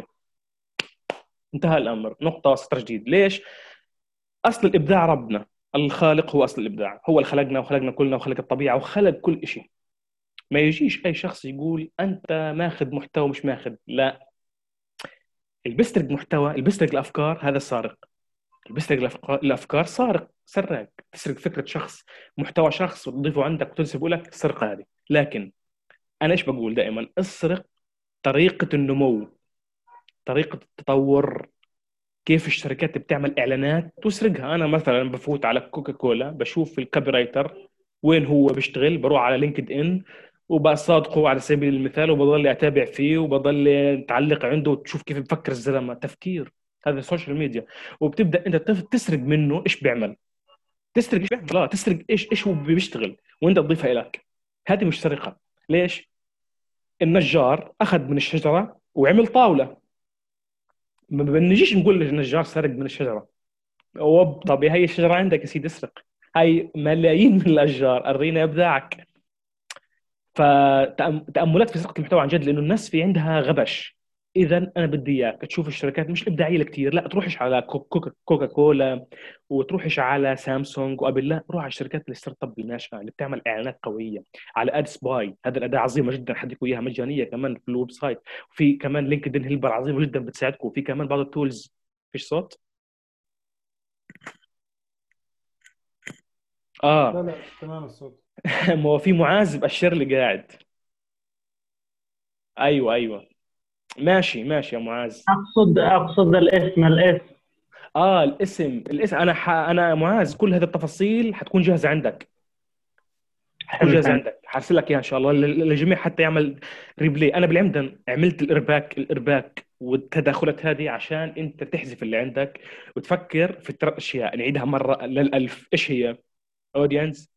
انتهى الامر، نقطه، سطر جديد. ليش؟ اصل الابداع ربنا الخالق، هو اصل الابداع، هو اللي خلقنا وخلقنا كلنا وخلق الطبيعه وخلق كل شيء. ما يجيش اي شخص يقول انت ماخذ محتوى مش ماخذ، لا. اللي بيسرق محتوى، اللي بيسرق الافكار، هذا السارق. اللي بيسرق الافكار, الأفكار سارق، سرق. تسرق فكره شخص، محتوى شخص، وتضيفه عندك وتنسبه لك، السرقه هذه. لكن انا ايش بقول دائما؟ اسرق طريقه النمو، طريقه التطور، كيف الشركات بتعمل اعلانات تسرقها. انا مثلا بفوت على كوكا كولا، بشوف الكوبي رايتر وين هو بيشتغل، بروح على لينكد ان وبصادقه على سبيل المثال، وبضل اتابع فيه وبضل اتعلق عنده، وتشوف كيف بفكر الزلمه، تفكير. هذا السوشيال ميديا. وبتبدا انت تف- تسرق منه ايش بيعمل، تسرق ايش بيعمل، لا تسرق ايش ايش هو بيشتغل، وانت تضيفها لك. هذه مش سرقه. ليش؟ النجار اخذ من الشجره وعمل طاوله، ما بنجيش نقول النجار سرق من الشجره. اوب، طب هي الشجره عندك يا سيدي، اسرق. هاي ملايين من الاشجار، ارينا ابداعك. فتاملات في سرقه المحتوى عن جد، لانه الناس في عندها غبش. اذا انا بدي اياك تشوف الشركات مش الابداعيه الكثير، لا تروحش على كو- كوكا كوكا كولا وتروحش على سامسونج وابل، لا روح على الشركات الستارت اب الناشئه اللي بتعمل اعلانات قويه. على اد سباي، هذا الاداه عظيمه جدا، حديكوا اياها مجانيه كمان في الويب سايت. وفي كمان لينكد ان هيلبر عظيمه جدا بتساعدكم، وفي كمان بعض التولز. فيش صوت؟ لا اه. لا تمام الصوت. ما هو في معاذ بأشر لي قاعد. ايوه ايوه. ماشي ماشي يا معاذ. اقصد اقصد الاسم الاسم اه الاسم، الاسم انا ح... انا معاذ، كل هذه التفاصيل حتكون جاهزه عندك، حتكون فهمت جاهزه عليك. عندك، حرسل لك اياها ان شاء الله لل- للجميع حتى يعمل ريبلاي. انا بالعمدن عملت الارباك الارباك والتداخلات هذه عشان انت تحذف اللي عندك وتفكر في الثلاث اشياء، نعيدها مره للالف. ايش هي؟ اودينس،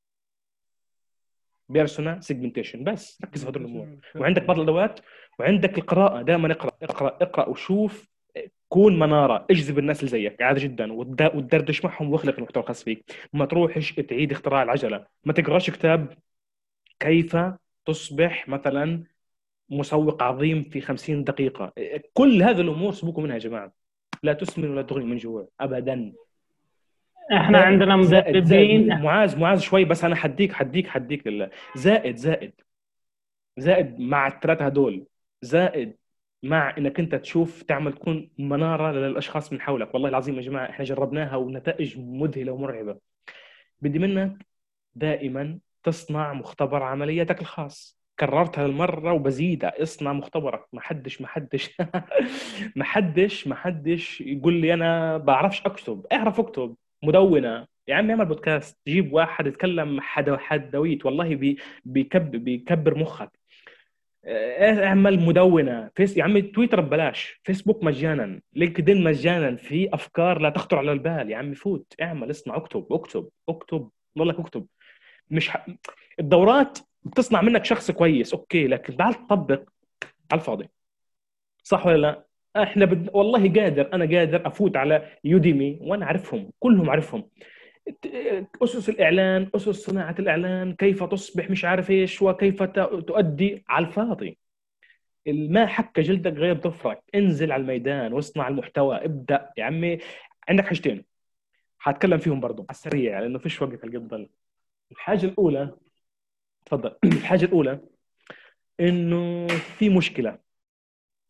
بيرسونا، سيجمنتيشن. بس ركز في هذول الامور. برزنتيشن وعندك بعض تارجتنج. الادوات، وعندك القراءه. دائما اقرا اقرا اقرا وشوف، كون مناره، اجذب الناس اللي زيك عادي جدا، وتدا- وتدردش معهم واخلق المحتوى الخاص فيك. ما تروحش تعيد اختراع العجله، ما تقراش كتاب كيف تصبح مثلا مسوق عظيم في خمسين دقيقه. كل هذه الامور سيبوكم منها يا جماعه، لا تسمن ولا تغني من جوع ابدا. احنا زائد عندنا زائد زائد مدربين. معاذ معاذ شوي بس، انا حديك حديك حديك لله. زائد زائد زائد مع الثلاثه هدول، زائد مع انك انت تشوف تعمل تكون مناره للاشخاص من حولك. والله العظيم يا جماعه احنا جربناها ونتائج مذهله ومرعبه. بدي منك دائما تصنع مختبر عملياتك الخاص. كررت هالمره وبزيدها، اصنع مختبرك. ما حدش ما حدش ما حدش ما حدش يقول لي انا بعرفش اكتب. اعرف اكتب. مدونه يا عم، اعمل بودكاست، جيب واحد يتكلم حد حدويت، والله بي بيكب بيكبر مخك. آه، اعمل مدونه فيس يا عم. تويتر ببلاش، فيسبوك مجانا، لينكدين مجانا، في افكار لا تخطر على البال يا عم. فوت اعمل، اصنع، اكتب اكتب اكتب، والله اكتب. مش ح... الدورات بتصنع منك شخص كويس اوكي، لكن تعال تطبق على الفاضي. صح ولا لا؟ احنا بد... والله قادر، انا قادر افوت على يوديمي وانا اعرفهم كلهم، اعرفهم. اسس الاعلان، اسس صناعه الاعلان، كيف تصبح مش عارف ايش، وكيف ت... تؤدي، على الفاضي. ما حك جلدك غير ظفرك. انزل على الميدان واصنع المحتوى، ابدا يا عمي. عندك حاجتين حاتكلم فيهم برضو على السريع لانه فيش وقت هالقد ضل. الحاجه الاولى، تفضل. الحاجه الاولى انه في مشكله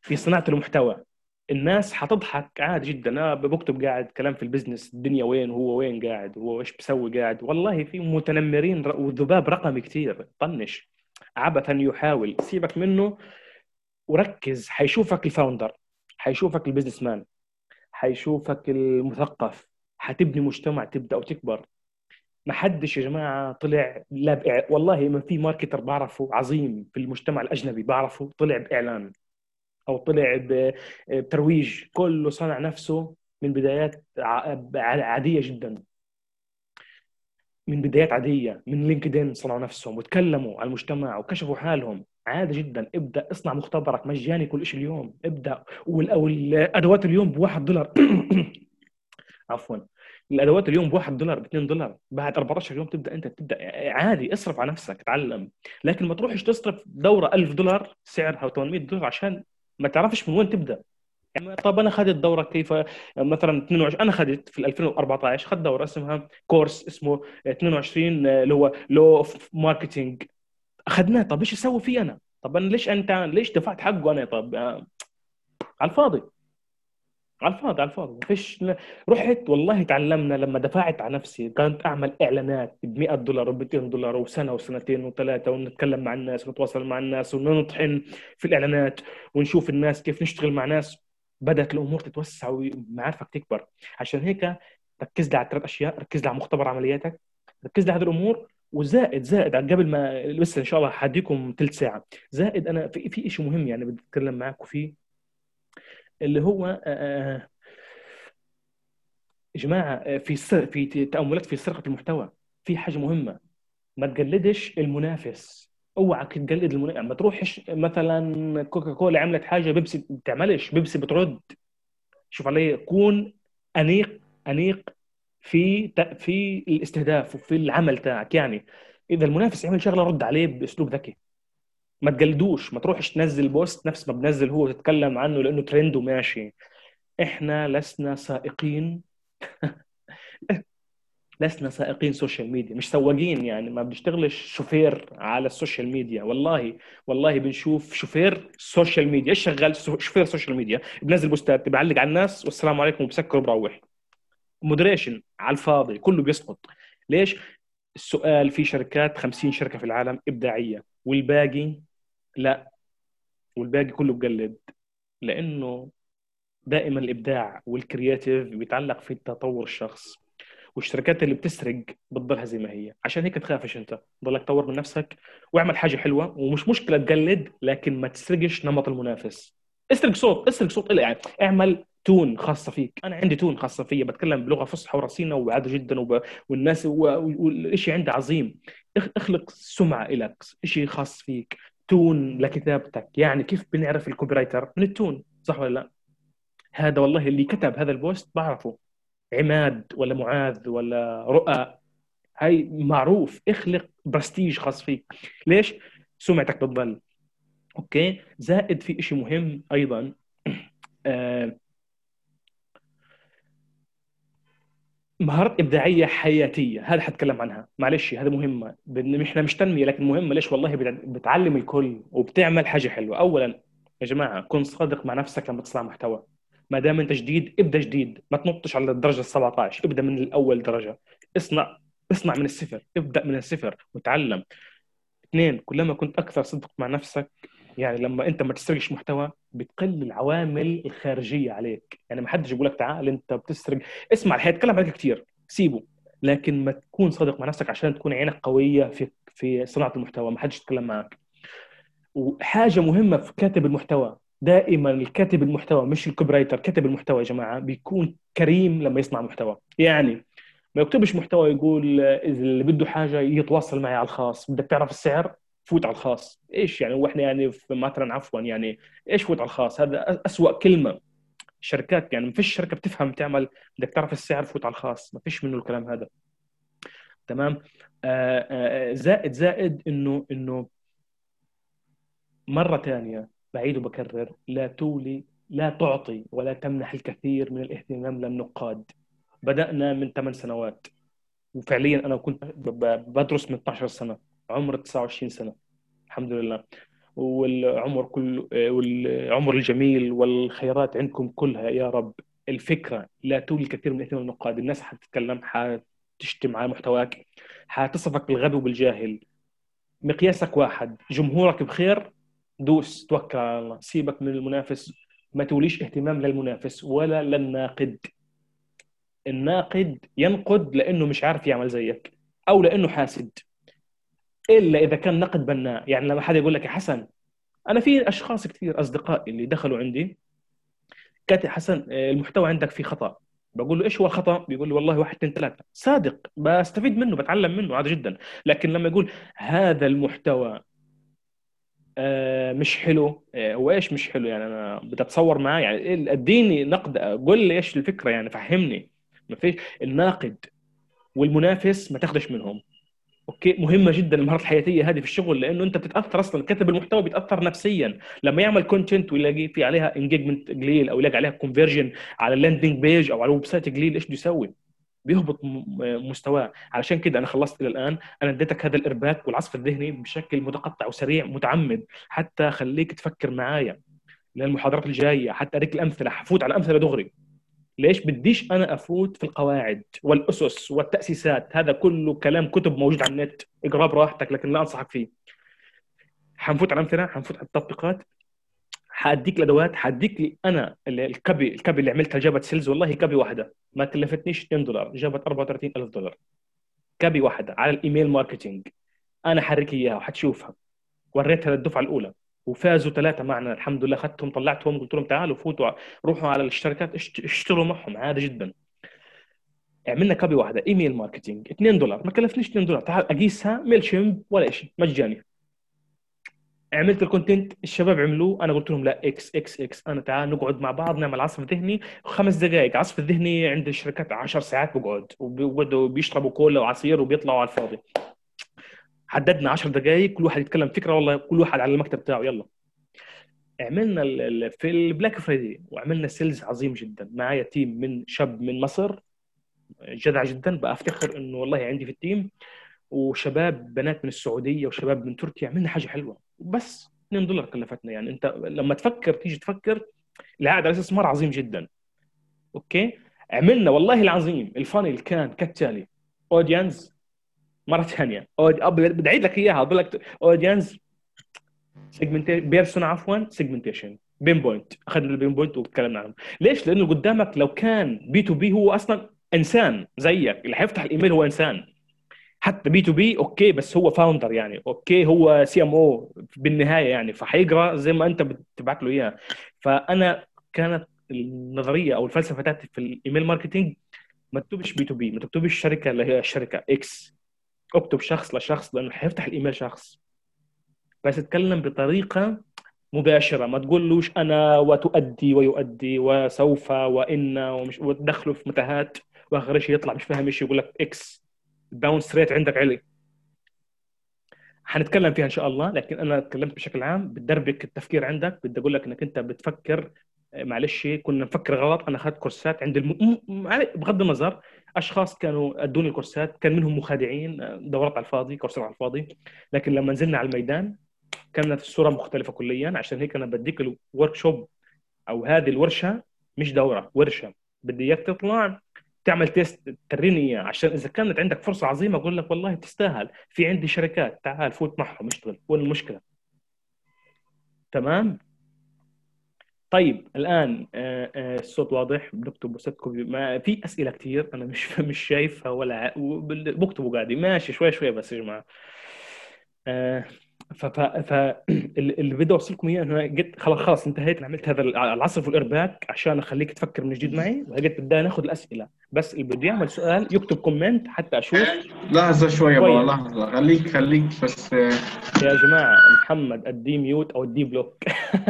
في صناعه المحتوى. الناس حتضحك عادي جدا، انا بكتب قاعد كلام في البزنس، الدنيا وين، هو وين قاعد، هو ايش بسوي قاعد. والله في متنمرين ر- وذباب رقمي كثير، طنش عبثا يحاول، سيبك منه وركز. حيشوفك الفاوندر، حيشوفك البزنس مان، حيشوفك المثقف، حتبني مجتمع تبدأ وتكبر. ما حدش يا جماعة طلع لا بإع... والله ما في ماركتر بعرفه عظيم في المجتمع الأجنبي بعرفه طلع بإعلان أو طلع ب- بترويج، كله صنع نفسه من بدايات ع- عادية جدا، من بدايات عادية من لينكدين صنعوا نفسهم وتكلموا عن المجتمع وكشفوا حالهم عادي جدا. ابدأ اصنع مختبرك مجاني كل شيء اليوم، ابدأ. وال- والأدوات اليوم بواحد دولار عفوا، الادوات اليوم بواحد دولار باثنين دولار، بعد أربعتاشر يوم تبدا انت تبدا عادي. اصرف على نفسك اتعلم، لكن ما تروحش تصرف دوره ألف دولار سعرها ثمانمائة دولار عشان ما تعرفش من وين تبدا. يعني طب انا اخذت دوره كيف مثلا اثنين وعشرين، انا اخذت في ألفين وأربعتاشر اخذت دوره اسمها كورس اسمه اثنين وعشرين اللي هو لو اوف ماركتينج، اخذناه. طب ايش اسوي فيه انا؟ طب انا ليش انت ليش دفعت حقه انا؟ طب آه، على الفاضي، على الفاضي على الفاضي. مفيش. رحت والله تعلمنا. لما دفعت على نفسي كانت اعمل اعلانات ب مئة دولار و مئتين دولار وسنه وسنتين وثلاثه، ونتكلم مع الناس ونتواصل مع الناس ونطحن في الاعلانات ونشوف الناس كيف نشتغل مع ناس، بدات الامور تتوسع ومعارفك تكبر. عشان هيك ركز لي على ثلاث اشياء: ركز لي على مختبر عملياتك، ركز لي على هذه الامور، وزائد زائد قبل ما لسه ان شاء الله حديكم ثلث ساعه، زائد انا في في شيء مهم يعني بدي اتكلم معاكم فيه، اللي هو آه، آه، يا جماعة في سر في تأملات في سرقة المحتوى. في حاجة مهمة: ما تقلدش المنافس. اوعك تقلد المنافس. ما تروحش مثلا كوكا كولا عملت حاجة بيبسي ما بتعملش، بيبسي بترد. شوف علي، كون أنيق، أنيق في ت- في الاستهداف وفي العمل تاعك. يعني إذا المنافس عمل شغلة رد عليه بأسلوب ذكي، ما تقلدوش. ما تروحش تنزل بوست نفس ما بنزل هو وتتكلم عنه لأنه ترند وماشي. احنا لسنا سائقين، لسنا سائقين سوشيال ميديا، مش سواقين. يعني ما بنشتغلش شوفير على السوشيال ميديا. والله والله بنشوف شوفير سوشيال ميديا. ايش شغال سو- شوفير سوشيال ميديا؟ بنزل بوستات بعلق على الناس والسلام عليكم وبسكر وبروح. مودريشن على الفاضي، كله بيسقط. ليش؟ السؤال: في شركات خمسين شركة في العالم إبداعية والباقي لا، والباقي كله بقلد. لأنه دائما الإبداع والكرياتيف بيتعلق في تطور الشخص، والشركات اللي بتسرق بتضلها زي ما هي. عشان هيك تخافش انت، ضلك طور من نفسك واعمل حاجه حلوه، ومش مشكله تقلد لكن ما تسرقش نمط المنافس. اسرق صوت، اسرق صوت إلا يعني اعمل تون خاصه فيك. انا عندي تون خاصه فيا، بتكلم بلغه فصحى ورصينه وعادي جدا وب... والناس و... والشيء عندي عظيم. اخ- اخلق سمعه لك، شيء خاص فيك، تون لكتابتك. يعني كيف بنعرف الكوبي رايتر؟ من التون، صح ولا لا؟ هذا والله اللي كتب هذا البوست بعرفه، عماد ولا معاذ ولا رؤى، هاي معروف. اخلق برستيج خاص فيك. ليش؟ سمعتك بتضل. اوكي. زائد في اشي مهم ايضا، آه، مهارات ابداعيه حياتيه، هذا حتكلم عنها معلش. هذا مهمه، بن- احنا مش تنميه لكن مهمه. ليش؟ والله بتع- بتعلم الكل وبتعمل حاجه حلوه. اولا يا جماعه كن صادق مع نفسك لما تصنع محتوى. ما دام انت جديد ابدا جديد، ما تنطش على الدرجه ال سبعتاشر، ابدا من الاول درجه. اصنع، اصنع من الصفر، ابدا من الصفر وتعلم. اثنين: كلما كنت اكثر صدق مع نفسك، يعني لما انت ما تسرقش محتوى بتقل العوامل الخارجيه عليك. يعني ما حدش يقول لك تعال انت بتسرق. اسمع، هيتكلم عليك كثير، سيبه. لكن ما تكون صادق مع نفسك عشان تكون عينك قويه في في صناعه المحتوى، ما حدش يتكلم معك. وحاجه مهمه في كاتب المحتوى: دائما الكاتب المحتوى مش الكوبي رايتر، كاتب المحتوى يا جماعه بيكون كريم لما يصنع محتوى. يعني ما يكتبش محتوى يقول آه، إذا اللي بده حاجه يتواصل معي على الخاص، بدك تعرف السعر فوت على الخاص. ايش يعني؟ واحنا يعني في مثلا عفوا يعني ايش فوت على الخاص؟ هذا أ- اسوأ كلمه. الشركات يعني ما فيش شركه بتفهم تعمل بدك تعرف السعر فوت على الخاص، ما فيش منه الكلام هذا. تمام. آه، آه، زائد زائد انه انه مره ثانيه بعيد وبكرر: لا تولي، لا تعطي ولا تمنح الكثير من الاهتمام للنقاد. بدأنا من ثمان سنوات، وفعليا انا كنت ب- ب- بدرس من اثناشر سنه، عمر تسعة وعشرين سنه الحمد لله. والعمر كل والعمر الجميل والخيرات عندكم كلها يا رب. الفكرة لا تولي الكثير من الاهتمام والنقاد. الناس حتتكلم، حتشتم على محتواك، حتصفك بالغبي وبالجاهل. مقياسك واحد، جمهورك بخير، دوس توكل على الله، سيبك من المنافس. ما توليش اهتمام للمنافس ولا للناقد. الناقد ينقد لأنه مش عارف يعمل زيك أو لأنه حاسد، إلا إذا كان نقد بناء. يعني لما حدا يقول لك يا حسن، أنا في أشخاص كثير أصدقائي اللي دخلوا عندي كاتب حسن آه، المحتوى عندك فيه خطأ. بقول له ايش هو الخطأ؟ بيقول لي والله واحد اثنين ثلاثة. صادق، بستفيد منه، بتعلم منه عادي جدا. لكن لما يقول هذا المحتوى آه، مش حلو، آه، هو ايش مش حلو؟ يعني انا بدي اتصور معاه، يعني إيه؟ اديني نقد، قول لي ايش الفكرة، يعني فهمني. ما فيش. الناقد والمنافس ما تاخدش منهم. اوكي، مهمه جدا المهارات الحياتيه هذه في الشغل، لانه انت بتتاثر اصلا. كاتب المحتوى بيتاثر نفسيا لما يعمل كونتنت ويلاقي في عليها انجيجمنت قليل، او يلاقي عليها كونفرجن على اللاندنج بيج او على الويب سايت قليل. ايش بده يسوي؟ بيهبط م- مستواه. علشان كده انا خلصت الى الان. انا اديتك هذا الارباك والعصف الذهني بشكل متقطع وسريع متعمد، حتى خليك تفكر معايا للمحاضرات الجايه، حتى اديك الامثله، حفوت على الامثله دغري. ليش بديش انا افوت في القواعد والاسس والتاسيسات؟ هذا كله كلام كتب موجود على النت، اقراه براحتك، لكن لا انصحك فيه. حنفوت على امثله، حنفوت على التطبيقات، حاديك الادوات، حاديك لي انا ال- الكبي الكبي اللي عملتها جابت سيلز. والله كبي واحده ما كلفتنيش اثنين دولار، جابت أربعة وثلاثين ألف دولار. كبي واحده على الايميل ماركتينج. انا حرك اياها وحتشوفها. وريتها للدفعه الاولى وفازوا ثلاثه معنا الحمد لله. اخذتهم طلعتهم قلت لهم تعالوا فوتوا، روحوا على الشركات اشت- اشتروا معهم عادي جدا. عملنا كوبي واحده ايميل ماركتينج اثنين دولار، ما كلفنيش اثنين دولار. تعال اقيسها ميل شيمب ولا شيء، مجاني. عملت الكونتنت، الشباب عملوه، انا قلت لهم لا اكس اكس اكس. انا تعال نقعد مع بعض نعمل عصف ذهني خمس دقائق. عصف الذهني عند الشركات عشر ساعات بقعد، وبيقعدوا بيشربوا كولا وعصير وبيطلعوا على الفاضي. حددنا عشر دقائق، كل واحد يتكلم فكره، والله كل واحد على المكتب بتاعه. يلا عملنا ال- ال- في البلاك فرايدي، وعملنا سيلز عظيم جدا. معايا تيم من شاب من مصر جدع جدا، بقى افتخر انه والله عندي في التيم، وشباب بنات من السعوديه وشباب من تركيا. عملنا حاجه حلوه بس اثنين دولار كلفتنا. يعني انت لما تفكر، تيجي تفكر، العائد على الاستثمار عظيم جدا. اوكي، عملنا والله العظيم الفانيل كان كالتالي: اودينس، مره ثانيه أود... أب- بدي اعيد لك اياها، اقول لك اودينس، سيجمنتيشن، بيرسونا عفوا، سيجمنتيشن، بين بوينت. اخذنا البين بوينت وتكلمنا عنهم. ليش؟ لانه قدامك لو كان بي تو بي هو اصلا انسان زيك، اللي حيفتح الايميل هو انسان. حتى بي تو بي اوكي، بس هو فاوندر يعني، اوكي هو سي ام او بالنهايه يعني، فحيقرا زي ما انت بتبعت له اياه. فانا كانت النظريه او الفلسفه بتاعتي في الايميل ماركتينج: ما تكتبش بي تو بي، ما تكتبش شركه اللي هي الشركه اكس، اكتب شخص لشخص، لانه حيفتح الايميل شخص. بس اتكلم بطريقه مباشره، ما تقولوش انا وتؤدي ويؤدي وسوف وان ومش، وتدخله في متاهات، واخر شيء يطلع مش فاهم ايش يقول لك اكس. الباونس ريت عندك عالي. حنتكلم فيها ان شاء الله، لكن انا اتكلمت بشكل عام بتدربك التفكير عندك. بدي اقول لك انك انت بتفكر آه، معلش كنا نفكر غلط. انا اخذت كورسات عند الم... م- م- بغض النظر، اشخاص كانوا ادوني الكورسات، كان منهم مخادعين، آه، دورات على الفاضي، كورسات على الفاضي. لكن لما نزلنا على الميدان كانت الصوره مختلفه كليا. عشان هيك انا بديك الورك شوب او هذه الورشه، مش دوره، ورشه. بدي اياك تطلع تعمل تيست، تريني اياه، عشان اذا كانت عندك فرصه عظيمه اقول لك والله تستاهل، في عندي شركات، تعال فوت معهم اشتغل، وين المشكله؟ تمام. طيب الان آه، آه، الصوت واضح؟ بنكتب وستكتب، ما في اسئله كثير انا مش مش شايفها ولا ع- وبال- بكتبوا قاعد ماشي شوي شوي بس يا جماعه. آه، ف ف ف اللي اللي بدي اوصلكم اياه انه قلت خلاص خلاص انتهيت. أنا عملت هذا العصف والارباك عشان اخليك تفكر من جديد معي، وقلت بدي ناخذ الاسئله. بس اللي بده يعمل سؤال يكتب كومنت حتى اشوف. لحظة شوية بقى، شويه لحظة، خليك خليك بس. آه، يا جماعه، محمد ادي ميوت او ادي بلوك.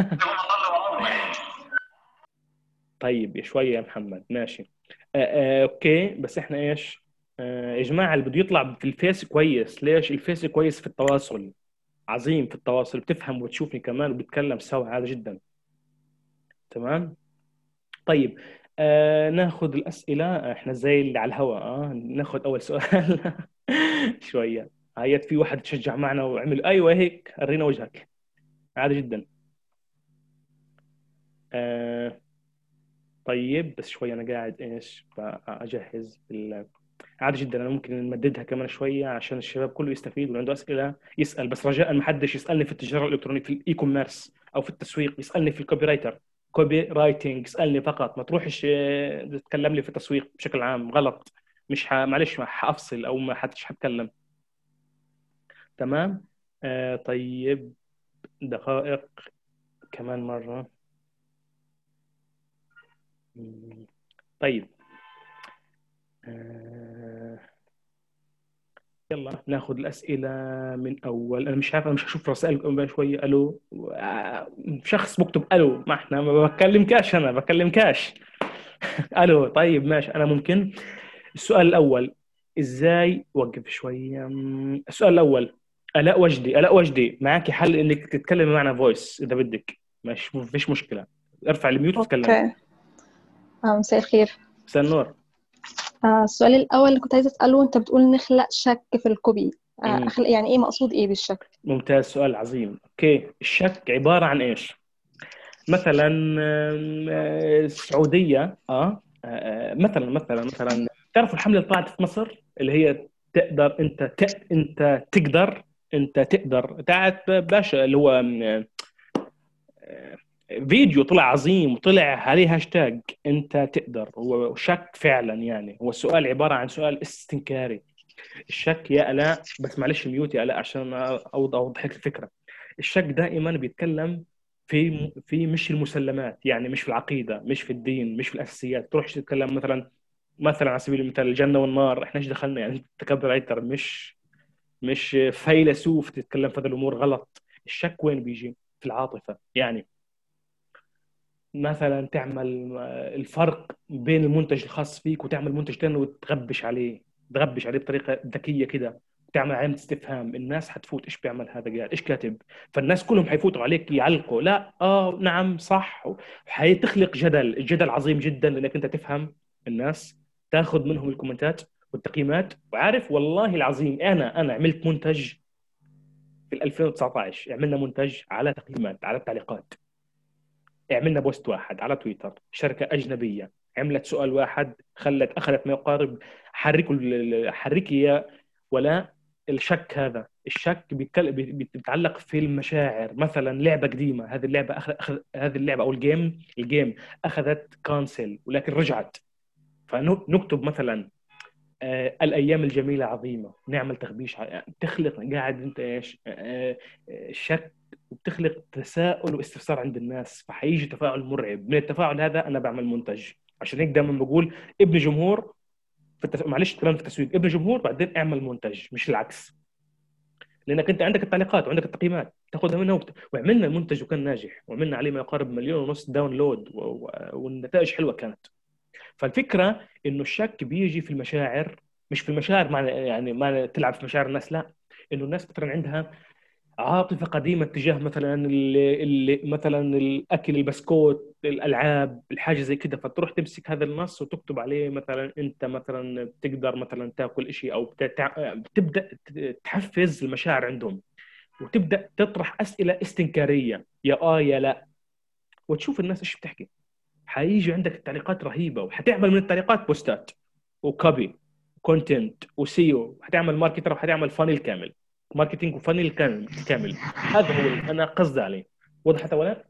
طيب يا شويه يا محمد، ماشي. آه آه اوكي، بس احنا ايش؟ آه يا جماعه، اللي بده يطلع في الفيس كويس. ليش؟ الفيس كويس في التواصل، عظيم في التواصل، بتفهم وتشوفني كمان وبتكلم سوا عادي جدا. تمام. طيب آه ناخذ الأسئلة، احنا زي اللي على الهواء. اه ناخذ أول سؤال. شوية. هيت في واحد تشجع معنا وعمل ايوه هيك، ورينا وجهك. عادي جدا. آه طيب بس شوي انا قاعد ايش بجهز ال- عادي جدا. انا ممكن نمددها كمان شويه عشان الشباب كله يستفيد واللي عنده اسئله يسال، بس رجاء ما حدش يسالني في التجاره الالكترونيه في الاي كوميرس او في التسويق، يسالني في الكوبي رايتر كوبي رايتنج، اسالني فقط. ما تروحش آه، تتكلم لي في التسويق بشكل عام، غلط. مش ح... معلش ما حافصل او ما حدش حتكلم. تمام. آه طيب دقائق كمان مره. مم. طيب آه يلا ناخذ الأسئلة من أول. أنا مش عارف، أنا مش هشوف رسائل قبل شوية. ألو آه، شخص بكتب ألو، ما إحنا ما بكلمكاش، أنا بكلمكاش. ألو طيب ماشي. أنا ممكن السؤال الأول. إزاي وقف شوية. مم، السؤال الأول. آلاء وجدي، آلاء وجدي معك حل إنك تتكلمي معنا فويس إذا بدك، مش مفيش مشكلة. ارفع الميوت وتتكلمي. اوكي. آه، مساء الخير. مساء النور. آه، السؤال الاول اللي كنت عايزه اساله، انت بتقول نخلق شك في الكوبي. آه، مم، أخلق يعني ايه؟ مقصود ايه بالشك؟ ممتاز، سؤال عظيم. أوكي، الشك عبارة عن إيش؟ مثلا آم، آه، السعوديه اه آه، مثلا مثلا مثلا تعرفوا الحمله اللي طلعت في مصر اللي هي تقدر انت ت... انت تقدر انت تقدر بتاعت باشا، اللي هو آم، آه، فيديو طلع عظيم وطلع عليه هاشتاج انت تقدر. هو شك فعلا يعني. هو السؤال عباره عن سؤال استنكاري. الشك يا الاء، بس معلش ميوت يا الاء عشان أوض- اوضح لك الفكره. الشك دائما بيتكلم في في مش المسلمات، يعني مش في العقيده، مش في الدين، مش في الاساسيات. تروح تتكلم مثلا مثلا على سبيل المثال الجنه والنار، احنا ايش دخلنا يعني؟ تكبر عيتر، مش مش فيلسوف تتكلم في هذه الامور، غلط. الشك وين بيجي؟ في العاطفه يعني. مثلا تعمل آه، الفرق بين المنتج الخاص فيك وتعمل منتج تاني وتغبش عليه، تغبش عليه بطريقه ذكيه كده، تعمل علامه استفهام. الناس حتفوت ايش بيعمل هذا، قال ايش كاتب. فالناس كلهم حيفوتوا عليك يعلقوا لا اه نعم صح. حيتخلق جدل، الجدل عظيم جدا لانك انت تفهم الناس، تاخذ منهم الكومنتات والتقييمات. وعارف والله العظيم انا انا عملت منتج في ألفين وتسعطعش، عملنا منتج على تقييمات، على التعليقات. عملنا بوست واحد على تويتر، شركة أجنبية عملت سؤال واحد، خلت أخذت ما يقارب، حركوا ال- ال- حركي يا ولا الشك هذا. الشك بيتكل- بي- بيتعلق في المشاعر. مثلا لعبة قديمة، هذه اللعبة أخذ... أخذ... هذه اللعبة أو الجيم الجيم أخذت كانسل ولكن رجعت. فنكتب مثلا آه الأيام الجميلة عظيمة، نعمل تخبيش ع- تخلق قاعد أنت إيش آه آه شك، وبتخلق تساؤل واستفسار عند الناس، فحيجي تفاعل مرعب. من التفاعل هذا أنا بعمل منتج. عشان هيك دائما بقول ابن جمهور في التس... معلش كلام في التسويق، ابن جمهور بعدين اعمل منتج، مش العكس. لأنك أنت عندك التعليقات وعندك التقييمات تاخذها منها وبت... وعملنا المنتج وكان ناجح، وعملنا عليه ما يقارب مليون ونص داونلود و... و... والنتائج حلوة كانت. فالفكره انه الشك بيجي في المشاعر، مش في المشاعر معنى يعني ما تلعب في مشاعر الناس، لا. انه الناس مثلا عندها عاطفه قديمه تجاه مثلا اللي اللي مثلا الاكل، البسكوت، الالعاب، الحاجه زي كده. فتروح تمسك هذا النص وتكتب عليه مثلا انت مثلا بتقدر مثلا تاكل شيء، او بتتع... بتبدا تحفز المشاعر عندهم، وتبدا تطرح اسئله استنكاريه يا اه يا لا، وتشوف الناس ايش بتحكي. حيجي عندك التعليقات رهيبه، وحتعمل من التعليقات بوستات وكوبي كونتنت وسيو، حتعمل ماركتر وحتعمل فانيل كامل، ماركتينج وفانيل كامل كامل. هذا هو اللي انا قصدي عليه. وضحت ولا؟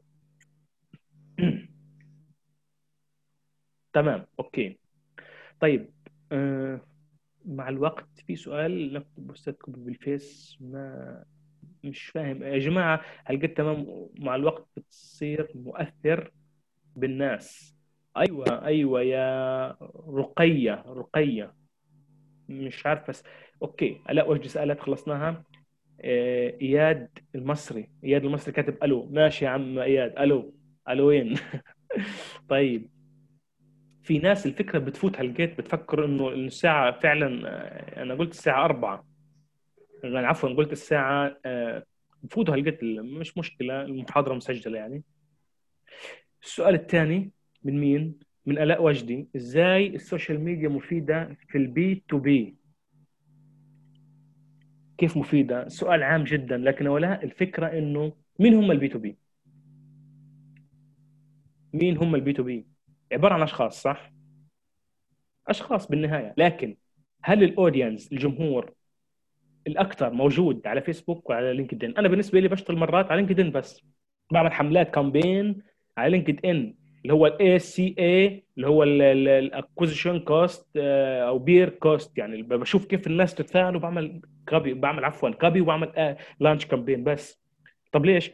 تمام اوكي. طيب آه مع الوقت في سؤال، نكتب بوستات كوبي بالفيس، ما مش فاهم يا جماعه. هل قد تمام مع الوقت بتصير مؤثر بالناس؟ ايوه ايوه يا رقيه، رقيه مش عارف بس. اوكي لا وجه سألت خلصناها. آه، اياد المصري، اياد المصري كاتب الو. ماشي يا عم اياد، الو الوين. طيب في ناس الفكره بتفوت هالجيت، بتفكر انه إنه الساعه فعلا آه، انا قلت الساعه أربعة، يعني عفوا قلت الساعه آه، بفوتوا هالجيت، مش مشكله المحاضره مسجله يعني. السؤال الثاني من مين؟ من آلاء وجدي. ازاي السوشيال ميديا مفيده في البي تو بي؟ كيف مفيدة؟ سؤال عام جدا، لكن ولا الفكرة انه مين هم البي تو بي؟ مين هم البي تو بي؟ عباره عن اشخاص، صح؟ اشخاص بالنهايه، لكن هل الاودينس الجمهور الاكثر موجود على فيسبوك وعلى لينكدين؟ انا بالنسبه لي بشتغل مرات على لينكدين بس، بعمل حملات كامبين على لينكد ان اللي هو الاي سي اي اللي هو الاكوزيشن كوست او بير كوست، يعني بشوف كيف الناس تتفاعل وبعمل كابي، بعمل عفوا كابي وبعمل لانش كامبين بس. طب ليش؟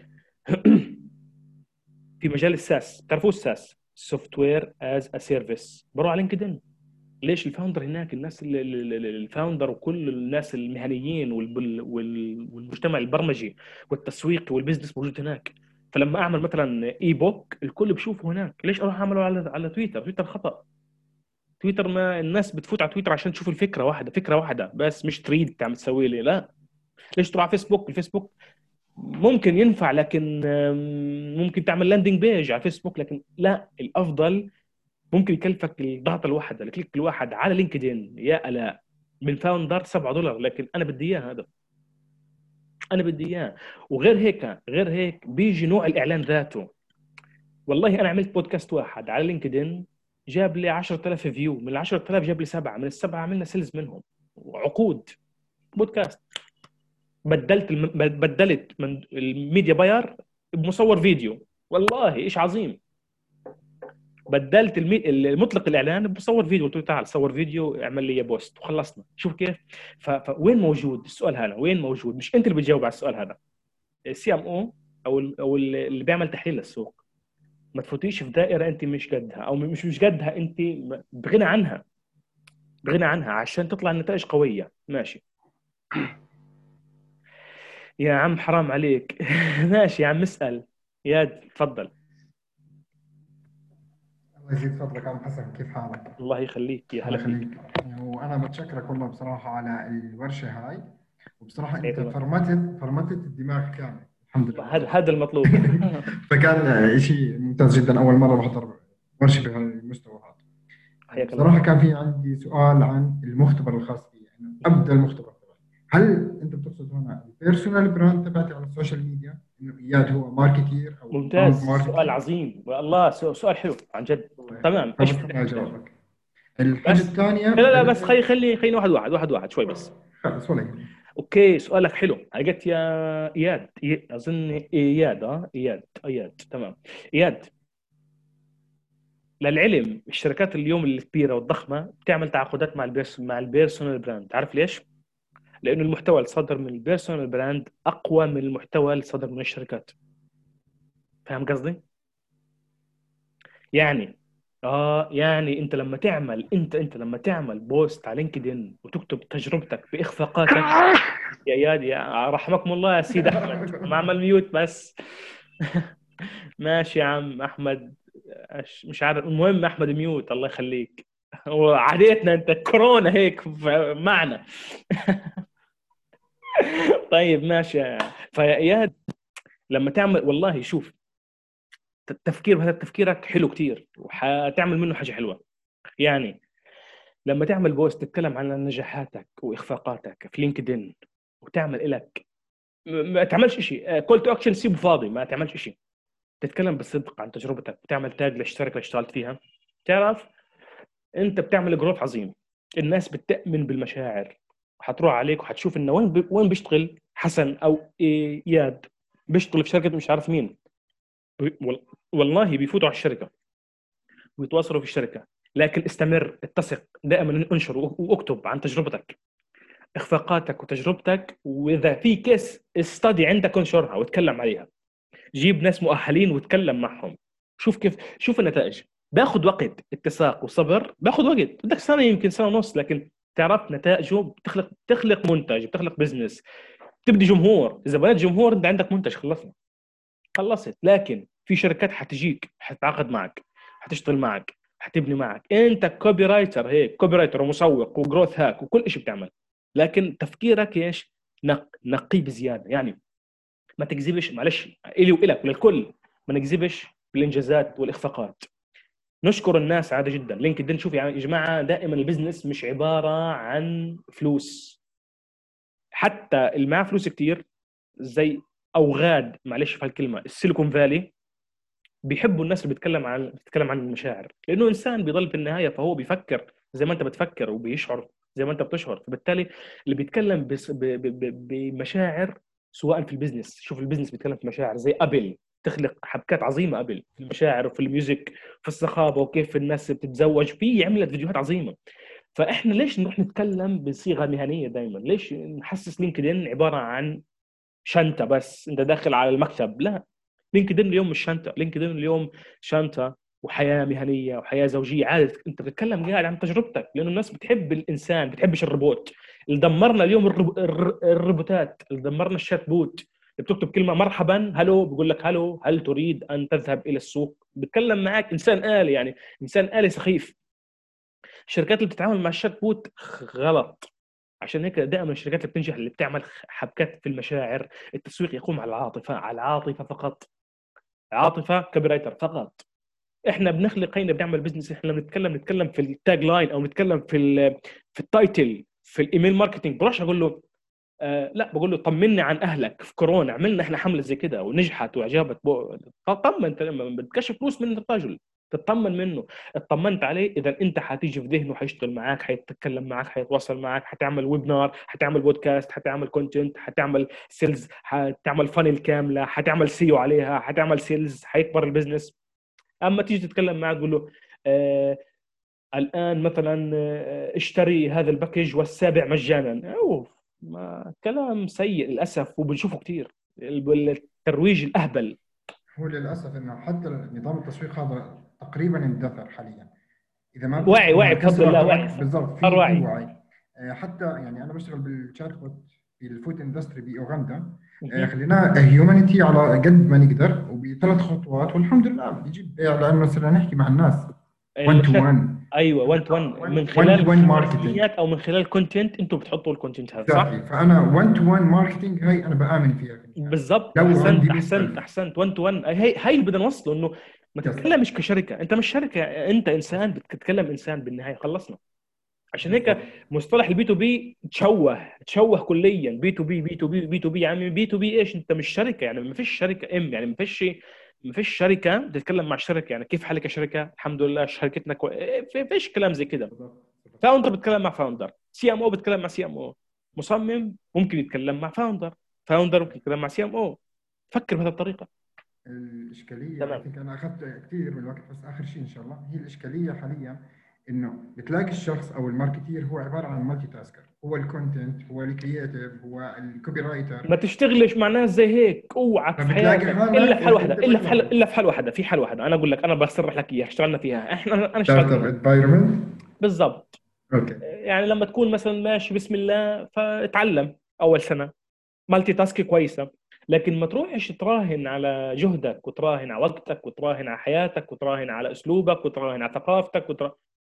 في مجال الساس، تعرفوا الساس سوفت وير از ا سيرفيس، بروح على لينكدين. ليش؟ الفاوندر هناك، الناس ال- ال- ال- الفاوندر وكل الناس المهنيين والبل- وال- والمجتمع البرمجي والتسويقي والبزنس موجود هناك. فلما اعمل مثلا اي بوك الكل بشوفه هناك. ليش اروح اعمله على على تويتر؟ تويتر خطأ. تويتر ما الناس بتفوت على تويتر عشان تشوف الفكره واحده، فكره واحده بس، مش تريد تعمل تسوي لي. لا، ليش تروح على فيسبوك؟ الفيسبوك ممكن ينفع، لكن آم، ممكن تعمل لاندنج بيج على فيسبوك، لكن لا، الافضل ممكن يكلفك الضغط الواحد، الكليك الواحد على لينكدين يا الاء من فاوندر سبعة دولار، لكن انا بدي اياه هذا، انا بدي اياه. وغير هيك، غير هيك بيجي نوع الاعلان ذاته. والله انا عملت بودكاست واحد على لينكدين جاب لي عشرة آلاف فيو، من ال عشرة آلاف جاب لي سبعه، من السبعه عملنا سيلز منهم وعقود بودكاست. بدلت الم... بدلت من الميديا باير بمصور فيديو، والله ايش عظيم. بدلت المي... المطلق الاعلان بصور فيديو، قلت له تعال صور فيديو اعمل لي بوست وخلصنا. شوف كيف. ف... فوين موجود السؤال هذا؟ وين موجود؟ مش انت اللي بتجاوب على السؤال هذا، السي ام او او ال... او اللي بيعمل تحليل للسوق. ما تفوتيش في دائره انت مش قدها، او مش مش قدها، انت بغنى عنها، بغنى عنها عشان تطلع النتائج قويه. ماشي يا عم، حرام عليك. ماشي يا عم، اسال. ياد تفضل. الله يزيد فضلك عم حسن، كيف حالك؟ الله يخليك، يا الله هلا فيك. يخليك. وأنا بتشكرك والله بصراحة على الورشة هاي، وبصراحة أنت سعيد. فرمتت فرمتت الدماغ كامل، الحمد لله. هذا هذا المطلوب. فكان شيء ممتاز جدا، أول مرة بحضر ورشة بهالمستوى هذا. حياك الله. بصراحة كان في عندي سؤال عن المختبر الخاص فيه، يعني أبدأ المختبر تبعي. هل أنت بتقصد هنا البيرسونال براند تبعتي على السوشيال ميديا، إنه إياد هو ماركتير أو ممتاز، ماركتير؟ سؤال عظيم والله، سؤال حلو عن جد. تمام، ايش فبستنى جوابك. الحاجة بس الثانية، لا لا بس خلي خلي خليني واحد واحد واحد واحد شوي بس. خلص ولا يهمك. اوكي، سؤالك حلو. لقيت يا اياد، إي- اظن اياد، اه اياد اياد تمام. اياد، للعلم الشركات اليوم الكبيره والضخمه بتعمل تعاقدات مع البيرس مع البيرسونال براند. عارف ليش؟ لانه المحتوى اللي صدر من البيرسونال براند اقوى من المحتوى اللي صدر من الشركات. فاهم قصدي؟ يعني اه يعني انت لما تعمل انت انت لما تعمل بوست على لينكدين وتكتب تجربتك باخفاقاتك يا اياد، يا رحمكم الله يا سيد احمد، ما عمل ميوت بس. ماشي يا عم احمد، أش- مش عارف، المهم احمد ميوت، الله يخليك. وعادتنا انت كورونا هيك معنا. طيب ماشي. فيا اياد لما تعمل، والله شوف، التفكير بهذا تفكيرك حلو كتير وحتعمل منه حاجه حلوه. يعني لما تعمل بوست تتكلم عن نجاحاتك واخفاقاتك في لينكدين وتعمل لك، ما تعملش شيء كول تو اكشن، سيبه فاضي، ما تعملش شيء، تتكلم بالصدق عن تجربتك وتعمل تاج للشركه اللي اشتغلت فيها، تعرف انت بتعمل جروث عظيم. الناس بتؤمن بالمشاعر، حتروح عليك وحتشوف انه وين ب... وين بيشتغل حسن او اياد، بيشتغل في شركه مش عارف مين، وال- والله بيفوتوا على الشركه ويتواصلوا في الشركه. لكن استمر، اتسق دائما، انشر واكتب عن تجربتك، اخفاقاتك وتجربتك، واذا في كيس استدي عندك انشرها وتكلم عليها، جيب ناس مؤهلين وتكلم معهم. شوف كيف، شوف النتائج. باخذ وقت، اتساق وصبر، باخذ وقت، بدك سنه يمكن سنه ونص، لكن تعرف نتائجه بتخلق بتخلق منتج، بتخلق بزنس، تبدي جمهور. اذا بنيت جمهور انت عندك منتج، خلصنا، خلصت. لكن في شركات حتجيك، حتتعاقد معك، حتشتغل معك، حتبني معك، انت كوبي رايتر، هيك كوبي رايتر ومسوق وجروث هاك وكل شيء بتعمل، لكن تفكيرك ايش؟ نق نقي بزياده. يعني ما تكذبش، معلش الي والك وللكل، ما نكذبش بالانجازات والاخفاقات. نشكر الناس عادي جدا. لينكدين، شوف يا جماعه، دائما البزنس مش عباره عن فلوس. حتى اللي معاه فلوس كتير زي او غاد معلش في هالكلمه السيليكون فالي بيحبوا الناس اللي بيتكلم عن بتتكلم عن المشاعر، لانه انسان بيضل في النهايه فهو بيفكر زي ما انت بتفكر وبيشعر زي ما انت بتشعر، فبالتالي اللي بيتكلم بس ب- ب- ب- بمشاعر سواء في البزنس. شوف البزنس بيتكلم في مشاعر زي ابل، تخلق حبكات عظيمه ابل في المشاعر وفي الميوزك في الصخابه وكيف الناس بتتزوج، في عملت فيديوهات عظيمه. فاحنا ليش نروح نتكلم بصيغه مهنيه دايما؟ ليش نحسس لينكدين عباره عن شنطه بس انت داخل على المكتب؟ لا، لينكدين اليوم مش شنطه، لينكدين اليوم شنطه وحياه مهنيه وحياه زوجيه. عادي انت بتتكلم قاعد عن تجربتك، لانه الناس بتحب الانسان، بتحبش الروبوت. اللي دمرنا اليوم الروب... الر- الروبوتات، اللي دمرنا الشات بوت اللي بتكتب كلمه مرحبا هلو بيقول لك هلو هل تريد ان تذهب الى السوق، بتكلم معك انسان آلي، يعني انسان آلي سخيف. الشركات اللي بتتعامل مع الشات بوت غلط. عشان هيك دائما الشركات اللي بتنجح اللي بتعمل حبكات في المشاعر. التسويق يقوم على العاطفه، على العاطفه فقط، عاطفه كبرايتر فقط. احنا بنخلق هنا بنعمل بزنس، احنا بنتكلم نتكلم في التاج لاين او نتكلم في ال في التايتل في الايميل ماركتنج. بروح اقول له آه لا، بقول له طمني عن اهلك في كورونا، عملنا احنا حمله زي كده ونجحت واعجبت بو... طمن انت لما بدكش فلوس من الرجل تطمن منه. اطمنت عليه، اذا انت حتيجي في ذهنه، حيشتغل معك، حيتكلم معك، حيتواصل معك، حتعمل ويبنار، حتعمل بودكاست، حتعمل كونتنت، حتعمل سيلز، حتعمل فانل كامله، حتعمل سيو عليها، حتعمل سيلز، حيكبر البزنس. اما تيجي تتكلم معه تقول له آه الان مثلا آه اشتري هذا الباكج والسابع مجانا، اوف، ما كلام سيء للاسف وبنشوفه كثير، الترويج الاهبل. هو للاسف انه حتى نظام التسويق هذا تقريبا اندثر حاليا. اذا ما وعي بتحكموا وعي على بفضل كسرة الله، طبعا، وعي بالضبط، صار في في وعي. وعي. آه، حتى يعني انا بشتغل بالشات بوت في الفود اندستري باوغندا. آه، مهم. خلينا هيومانيتي على قد ما نقدر وبثلاث خطوات، والحمد لله بيجيب بيع لانه صرنا نحكي مع الناس واحد تو الشات، واحد، ايوه واحد تو واحد، من واحد خلال تو واحد ماركتينج. رسميات او من خلال كونتنت انتم بتحطوا الكونتنت هذا، صح؟ اكزاكتلي، فانا واحد تو واحد ماركتينج هاي انا بآمن فيها في النهايه. بالضبط، لو عندي احسنت مية احسنت ألف احسنت واحد تو واحد. هي هي اللي بدنا نوصله، انه ما يس تتكلمش كشركه، انت مش شركه، انت انسان بتتكلم انسان بالنهايه. خلصنا. عشان هيك بالضبط. مصطلح البي تو بي تشوه تشوه كليا. بي تو بي بي تو بي بي تو بي، يعني بي تو بي ايش؟ انت مش شركه، يعني ما فيش شركه ام، يعني ما فيش ما فيش شركه بتتكلم مع شركه. يعني كيف حالك يا شركه؟ الحمد لله شركتنا كوي... في فيش كلام زي كده. فاوندر بيتكلم مع فاوندر، سي ام او بيتكلم مع سي ام او، مصمم ممكن يتكلم مع فاوندر، فاوندر ممكن يتكلم مع سي ام او. فكر بهذه الطريقه. الإشكالية اي تمام. ثينك أنا أخذت كثير من الوقت، بس آخر شيء إن شاء الله، هي الإشكالية حاليا إنه بتلاقي الشخص أو الماركتير هو عبارة عن مالتي تاسكر، هو الكونتنت، هو الكرييتيف، هو الكوبي رايتر. ما تشتغلش مع ناس زي هيك، اوعك في فبتلاقي حياتك الا حالك في حال واحده، أنت الا في حال بتلخبط. الا في حال واحده في حال واحده انا اقول لك، انا بصرح لك اياها، اشتغلنا فيها احنا، انا اشتغلت ستارت اب فيها. انفايرمنت. بالضبط. اوكي. يعني لما تكون مثلا ماشي بسم الله فتعلم اول سنه مالتي تاسك كويسه، لكن ما تروحش تراهن على جهدك وتراهن على وقتك وتراهن على حياتك وتراهن على اسلوبك وتراهن على ثقافتك وتراهن.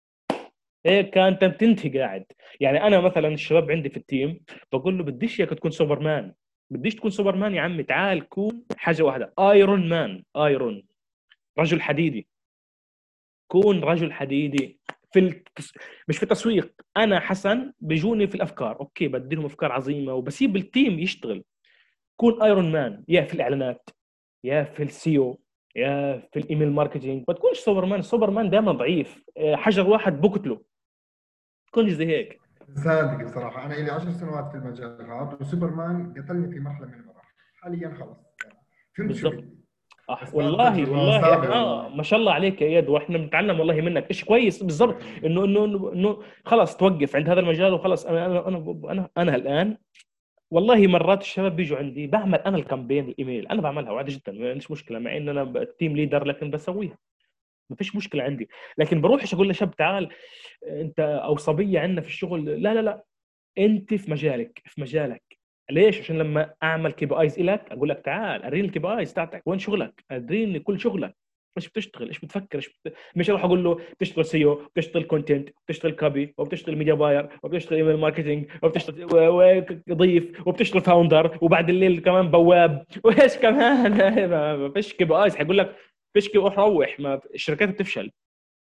هيك انت بتنتهي قاعد. يعني انا مثلا الشباب عندي في التيم بقول له بديش اياك تكون سوبرمان، بديش تكون سوبرمان يا عمي، تعال كون حاجه واحده، ايرون مان، ايرون، رجل حديدي. كون رجل حديدي في التس... مش في التسويق. انا حسن بيجوني في الافكار، اوكي بدي لهم افكار عظيمه وبسيب التيم يشتغل. كون ايرون مان يا في الاعلانات، يا في السيو، يا في الايميل ماركتينج. ما تكونش سوبرمان، سوبرمان دائما ضعيف، حجر واحد بقتله. تكونش زي هيك. صادق بصراحة أنا لي عشر سنوات في المجال هذا، وسوبرمان قتلني في مرحلة من المراحل. حاليا خلص يعني فهمت شو بالضبط. بدي. آه بس لا، والله التجربة والله صعبة اه والله. ما شاء الله عليك يا اياد، واحنا بنتعلم والله منك. ايش كويس بالضبط انه انه انه إنه خلاص توقف عند هذا المجال وخلاص. انا انا انا انا, أنا الان والله مرات الشباب بيجوا عندي بعمل انا الكامبين الايميل، انا بعملها وعادي جدا، ما عنديش مشكله، مع ان انا تيم ليدر لكن بسويها، ما فيش مشكله عندي. لكن بروحش اقول لشاب تعال انت او صبيه عندنا في الشغل، لا لا لا، انت في مجالك في مجالك. ليش؟ عشان لما اعمل كي بي ايز لك اقول لك تعال اريني الكي بي ايز بتاعتك، وين شغلك، اريني كل شغلك، ايش بتشتغل، ايش بتفكر، ايش بت... مش اروح اقول له بتشتغل سيو، بتشتغل كونتنت، بتشتغل كوبي، وبتشتغل ميديا باير، وبتشتغل ايميل ماركتينج، وبتشتغل وضيف، وبتشتغل فاوندر، وبعد الليل كمان بواب، وايش كمان ما فيش كي بي ايز. حيقول لك فيش كي، روح. ما الشركات بتفشل،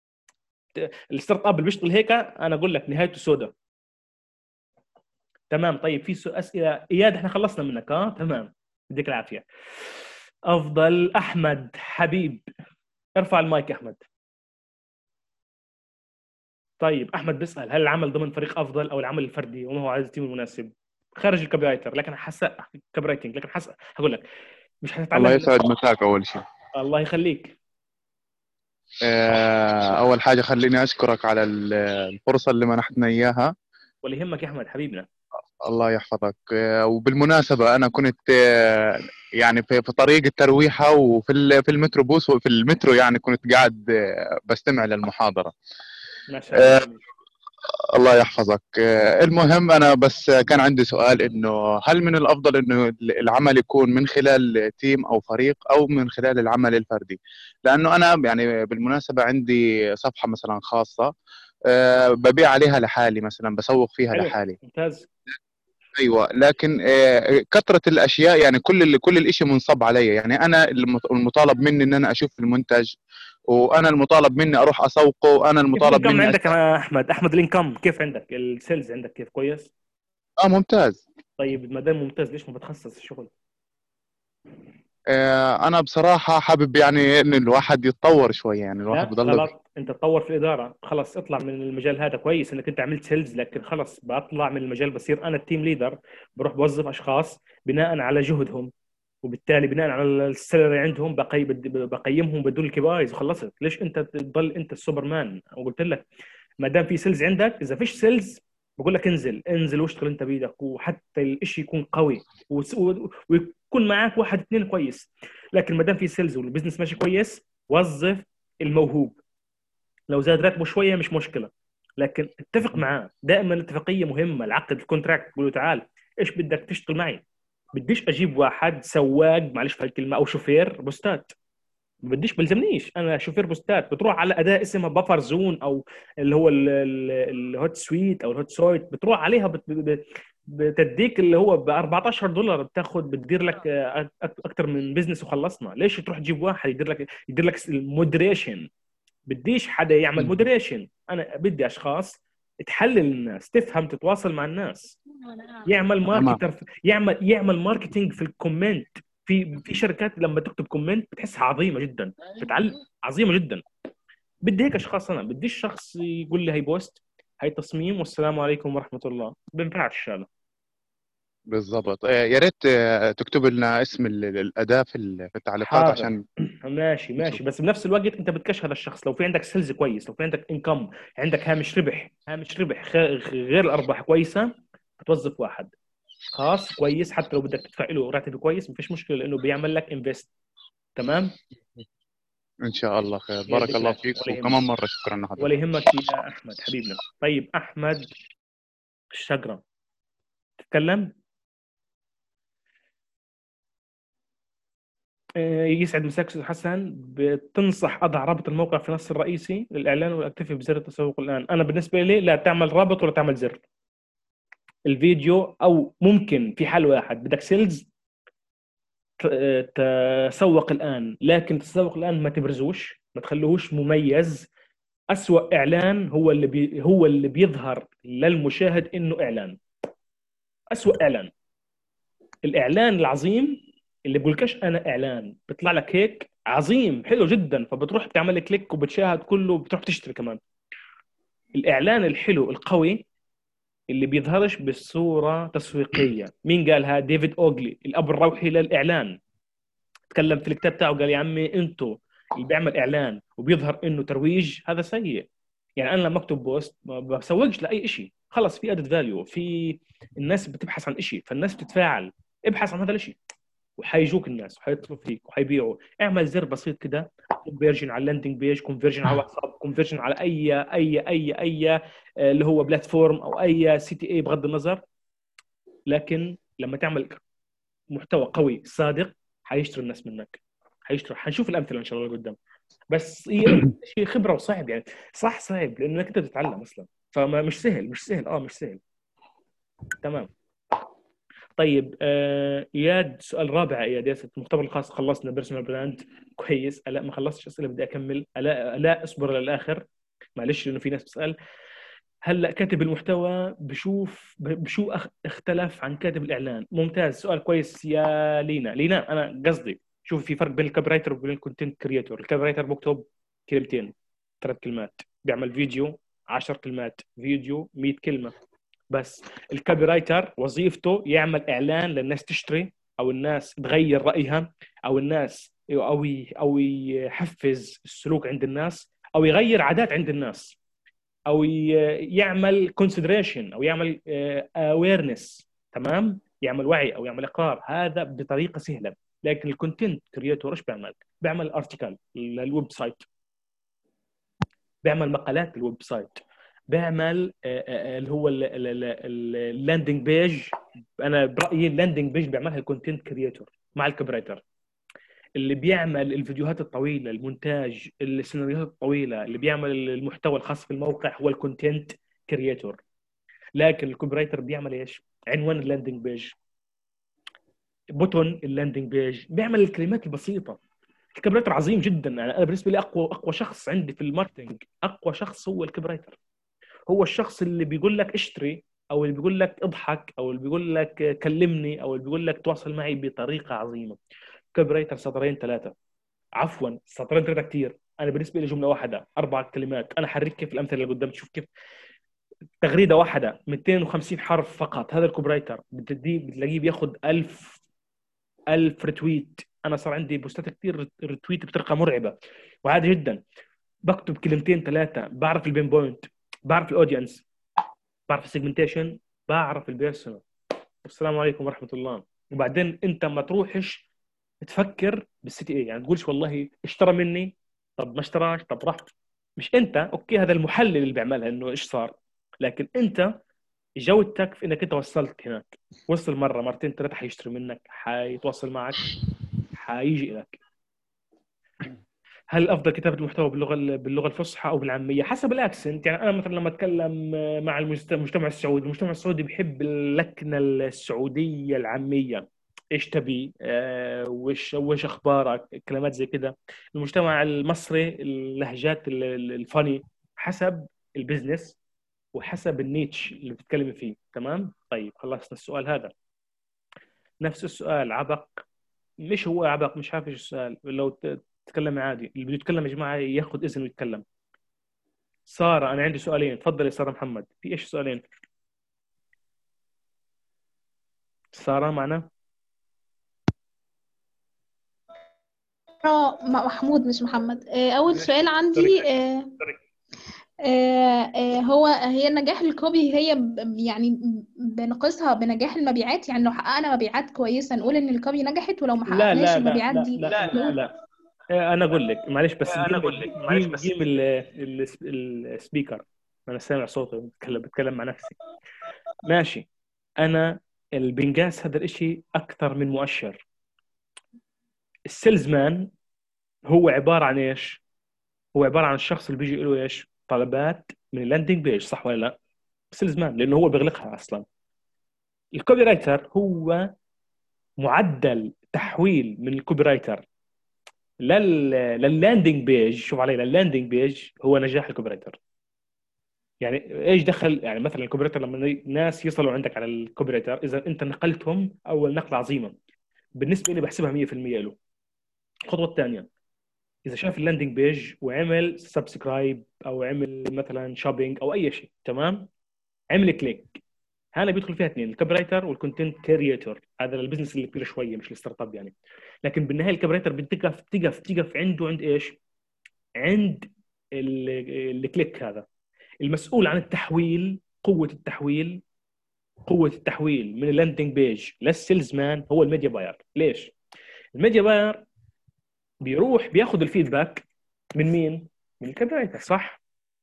الستارت اب اللي بيشتغل هيك انا اقول لك نهايته سوداء. تمام. طيب في اسئله اياد احنا خلصنا منك؟ اه تمام. يديك العافيه. افضل احمد حبيب، ارفع المايك يا احمد. طيب احمد بيسال هل العمل ضمن فريق افضل او العمل الفردي وما هو عدد التيم المناسب خارج الكوبي رايتر، لكن حسب كوبي رايتنج، لكن حسب هقول لك مش هتتعلم الله من... يسعد مساك أول شيء. الله يخليك. آه، أول حاجة خليني أشكرك على ال- الفرصة اللي منحتنا إياها. ولا يهمك يا احمد حبيبنا. الله يحفظك. آه، وبالمناسبة أنا كنت آه، يعني في في طريق الترويحة وفي ال- في المتروبوس وفي المترو، يعني كنت قاعد آه، بستمع للمحاضرة. ما شاء الله آه، جميل. الله يحفظك. آه، المهم أنا بس كان عندي سؤال، إنه هل من الأفضل إنه العمل يكون من خلال تيم أو فريق أو من خلال العمل الفردي؟ لأنه أنا يعني بالمناسبة عندي صفحة مثلا خاصة، آه، ببيع عليها لحالي، مثلا بسوق فيها حلو لحالي. ممتاز. ايوه، لكن آه، كثره الاشياء، يعني كل اللي كل الاشي منصب علي. يعني انا المط- المطالب مني ان انا اشوف المنتج، وانا المطالب مني اروح اسوقه، وانا كيف المطالب الانكم مني عندك أست... يا احمد؟ احمد الانكم كيف عندك؟ السيلز عندك كيف؟ كويس؟ اه ممتاز. طيب ما دام ممتاز ليش ما بتخصص الشغل؟ آه، انا بصراحه حابب يعني ان الواحد يتطور شويه، يعني الواحد لا بضل. غلط، انت تطور في الاداره، خلص اطلع من المجال هذا. كويس انك انت عملت سيلز، لكن خلص بطلع من المجال، بصير انا التيم ليدر، بروح بوظف اشخاص بناء على جهدهم، وبالتالي بناء على السالري عندهم بقي بقيمهم بدون الكي بي ايز وخلصت. ليش انت تضل انت السوبرمان؟ وقلت لك ما دام في سيلز عندك، اذا فيش سيلز بقول لك انزل انزل واشتغل انت بايدك، وحتى الاشي يكون قوي وس- و- ويكون معك واحد اثنين كويس. لكن ما دام في سيلز والبزنس ماشي كويس، وظف الموهوب. لو زاد راتبه شويه مش مشكله، لكن اتفق معاه. دائما الاتفاقيه مهمه، العقد الكونتراكت، تقول له تعال ايش بدك تشتغل معي. بديش اجيب واحد سواق، معلش في الكلمه، او شوفير بوستات. ما بديش بلزمنيش انا شوفير بوستات. بتروح على اداه اسمها بفر زون، او اللي هو ال- ال- الهوت سويت او الهوت سويت، بتروح عليها بت- ب- بتديك اللي هو ب اربعتاشر دولار، بتاخد بتدير لك آه، اكثر من بزنس وخلصنا. ليش تروح تجيب واحد يدير لك يدير لك المودريشن؟ بديش حدا يعمل مودريشن، انا بدي اشخاص تحلل الناس، تفهم، تتواصل مع الناس، يعمل تمام. ماركتر، يعمل يعمل ماركتينج في الكومنت. في في شركات لما تكتب كومنت بتحسها عظيمه جدا، بتعلم عظيمه جدا. بدي هيك اشخاص. انا بديش شخص يقول لي هي بوست، هي تصميم، والسلام عليكم ورحمه الله. بينفعش هذا. بالضبط. آه، يا ريت آه، تكتب لنا اسم ال- ال- الاداه في ال- في التعليقات حاضر عشان ماشي نشوف. ماشي، بس بنفس الوقت انت بتكش هذا الشخص. لو في عندك سيلز كويس، لو في عندك انكم، عندك هامش ربح، هامش ربح خ- غير الارباح كويسه، بتوظف واحد خاص كويس. حتى لو بدك تدفع له راتب كويس مفيش مشكله، لانه بيعمل لك انفست. تمام. ان شاء الله خير. بارك يديك الله العافيه، فيك، ولا يهمك. وكمان مره شكرا ولا لحضرتك. يهمك يا احمد حبيبنا. طيب احمد الشقره تتكلم. آه، يسعد مساك استاذ حسن. بتنصح اضع رابط الموقع في النص الرئيسي للاعلان ولا اكتفي بزر التسوق الان؟ انا بالنسبه لي لا تعمل رابط ولا تعمل زر الفيديو. او ممكن في حل واحد، بدك سيلز تسوق الان، لكن تسوق الان ما تبرزوش، ما تخلوهوش مميز. أسوأ اعلان هو اللي بي هو اللي بيظهر للمشاهد انه اعلان. أسوأ اعلان الاعلان العظيم اللي بقولكش انا اعلان، بيطلع لك هيك عظيم حلو جدا، فبتروح بتعمل كليك وبتشاهد كله وبتروح تشتري كمان. الاعلان الحلو القوي اللي بيظهرش بصوره تسويقيه. مين قالها؟ ديفيد اوغلي، الاب الروحي للاعلان. تكلم في الكتاب تاعه قال يا عمي انتوا اللي بيعمل اعلان وبيظهر انه ترويج هذا سيء. يعني انا لما اكتب بوست ما بسوقش لاي شيء، خلص في ادد فاليو، في الناس بتبحث عن شيء، فالناس بتتفاعل. ابحث عن هذا الشيء وحيجوك الناس وحيطلبوا فيك وحيبيعوا. اعمل زر بسيط كده، كونفرجن على اللاندنج بيج، كونفرجن على واتساب، كونفرجن على اي اي اي اي آه، اللي هو بلاتفورم او اي سي تي اي بغض النظر. لكن لما تعمل محتوى قوي صادق حيشتري الناس منك، حيشتري. حنشوف الامثله ان شاء الله قدام. بس هي شيء خبره وصعب يعني. صح صعب لانك انت بتتعلم اصلا، فما مش سهل مش سهل اه مش سهل. تمام. طيب آه، اياد سؤال رابع. اياد ياسر، المختبر الخاص خلصنا، بيرسونال براند كويس. لا ما خلصتش اسئله، بدي اكمل. لا لا اصبر للاخر معلش لانه في ناس بتسال. هلا كاتب المحتوى بشوف بشو أخ- اختلف عن كاتب الاعلان. ممتاز، سؤال كويس يا لينا. لينا انا قصدي شوف في فرق بين الكوبي رايتر وبين الكونتنت كريتور. الكوبي رايتر بكتب كلمتين ثلاث كلمات، بيعمل فيديو عشر كلمات، فيديو مية كلمة بس. الكوبي رايتر وظيفته يعمل اعلان للناس تشتري، او الناس تغير رايها، او الناس او ي- او يحفز السلوك عند الناس، او يغير عادات عند الناس، او ي- يعمل كونسيدريشن، او يعمل اويرنس، تمام، يعمل وعي او يعمل اقرار، هذا بطريقه سهله. لكن الكونتنت كريتور ايش بيعمل؟ بيعمل ارتكل للويب سايت، بيعمل مقالات للويب سايت، بيعمل آه، آه، اللي هو اللاندنج بيج. انا برايي اللاندنج بيج بيعملها الكونتنت كريتور مع الكوبرايتر. اللي بيعمل الفيديوهات الطويله، المونتاج، السيناريوهات الطويله، اللي بيعمل المحتوى الخاص بالموقع هو الكونتنت كريتور. لكن الكوبرايتر بيعمل ايش؟ عنوان اللاندنج بيج، بوتون اللاندنج بيج، بيعمل الكلمات البسيطه. الكوبرايتر عظيم جدا. يعني انا بالنسبه لي اقوى اقوى شخص عندي في الماركتنج، اقوى شخص هو الكوبرايتر. هو الشخص اللي بيقول لك اشتري، او اللي بيقول لك اضحك، او اللي بيقول لك كلمني، او اللي بيقول لك تواصل معي بطريقه عظيمه. كوبرايتر سطرين ثلاثه، عفوا سطرين ثلاثه كثير. انا بالنسبه لي جمله واحده اربع كلمات. انا حرك كيف الامثله اللي قدام تشوف كيف. تغريده واحده مئتين وخمسين حرف فقط، هذا الكوبرايتر بتديه بتلاقيه بياخذ ألف ألف ريتويت. انا صار عندي بوستات كثير ريتويت بطريقه مرعبه، وعادي جدا. بكتب كلمتين ثلاثه، بعرف البين بوينت، بعرف الاودينس، بعرف السيجمنتيشن، بعرف البيرسونال. السلام عليكم ورحمه الله. وبعدين انت ما تروحش تفكر بالسي تي اي، يعني تقولش والله اشترى مني، طب ما اشتراش، طب راح. مش انت، اوكي هذا المحلل اللي بيعملها انه ايش صار، لكن انت جودتك في انك انت وصلت هناك. وصل مره مرتين ثلاثه، حيشتري منك، حيتواصل معك، حيجي لك. هل الافضل كتابه المحتوى باللغه باللغه الفصحى او بالعاميه؟ حسب الاكسنت. يعني انا مثلا لما اتكلم مع المجت- المجتمع السعودي، المجتمع السعودي بيحب اللكنه السعوديه العاميه. ايش تبي؟ آه، وش وش اخبارك؟ كلمات زي كده. المجتمع المصري اللهجات ال- ال- الفاني، حسب البزنس وحسب النيتش اللي بتتكلم فيه. تمام، طيب خلصنا السؤال هذا. نفس السؤال عبق. مش هو عبق، مش عارف ايش السؤال. لو ت- تتكلم عادي، اللي بده يتكلم يا جماعه ياخذ اذن ويتكلم. ساره، انا عندي سؤالين. تفضل يا ساره محمد. في ايش سؤالين؟ ساره معنا؟ آه، م- محمود مش محمد. آه، أول ماشي، سؤال سوري عندي آه، سوري. آه، آه، هو هي نجاح الكوبي هي ب- يعني بنقيسها بنجاح المبيعات. يعني لو حققنا مبيعات كويسة نقول إن الكوبي نجحت، ولو ما لا حققناش لا لا المبيعات لا دي لا لا نقول. لا. آه، انا اقول لك معلش، بس جيم جيم جيم ال- ال- السبيكر. انا سامع صوته بتكلم بتكلم مع نفسي. ماشي. انا البنجاس هذا الاشي اكثر من مؤشر. السيلز مان هو عباره عن ايش؟ هو عباره عن الشخص اللي بيجي له ايش؟ طلبات من اللاندنج بيج، صح ولا لا؟ سيلز مان لانه هو بيغلقها اصلا. الكوبي رايتر هو معدل تحويل من الكوبي رايتر لل لللاندنج بيج. شوف علي، لللاندنج بيج هو نجاح الكوبي رايتر. يعني ايش دخل؟ يعني مثلا الكوبي رايتر لما ناس يصلوا عندك على الكوبي رايتر، اذا انت نقلتهم اول نقله عظيمه بالنسبه لي بحسبها مية بالمية له. الخطوه الثانيه، اذا شاف اللاندنج بيج وعمل سبسكرايب او عمل مثلا شوبينج او اي شيء، تمام، عمل كليك، هنا بيدخل فيها اثنين، الكوبي رايتر والكونتنت كريتور. هذا البزنس اللي كبير شويه، مش الستارت اب يعني. لكن بالنهايه الكوبي رايتر بتقف تقف تقف عنده عند ايش؟ عند ال- الكليك. هذا المسؤول عن التحويل، قوه التحويل، قوه التحويل من اللاندنج بيج للسيلز مان هو الميديا باير. ليش؟ الميديا باير بيروح بياخذ الفيدباك من مين؟ من الكوبي رايتر، صح؟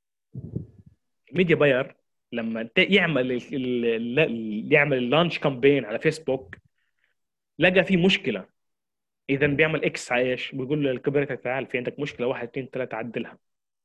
الميديا باير لما ت- يعمل ال- ال- ال- يعمل اللانش كامبين على فيسبوك، لقى في مشكله، اذا بيعمل اكس على ايش؟ بيقول للكوبي رايتر تعال في عندك مشكله واحد اثنين ثلاثه عدلها.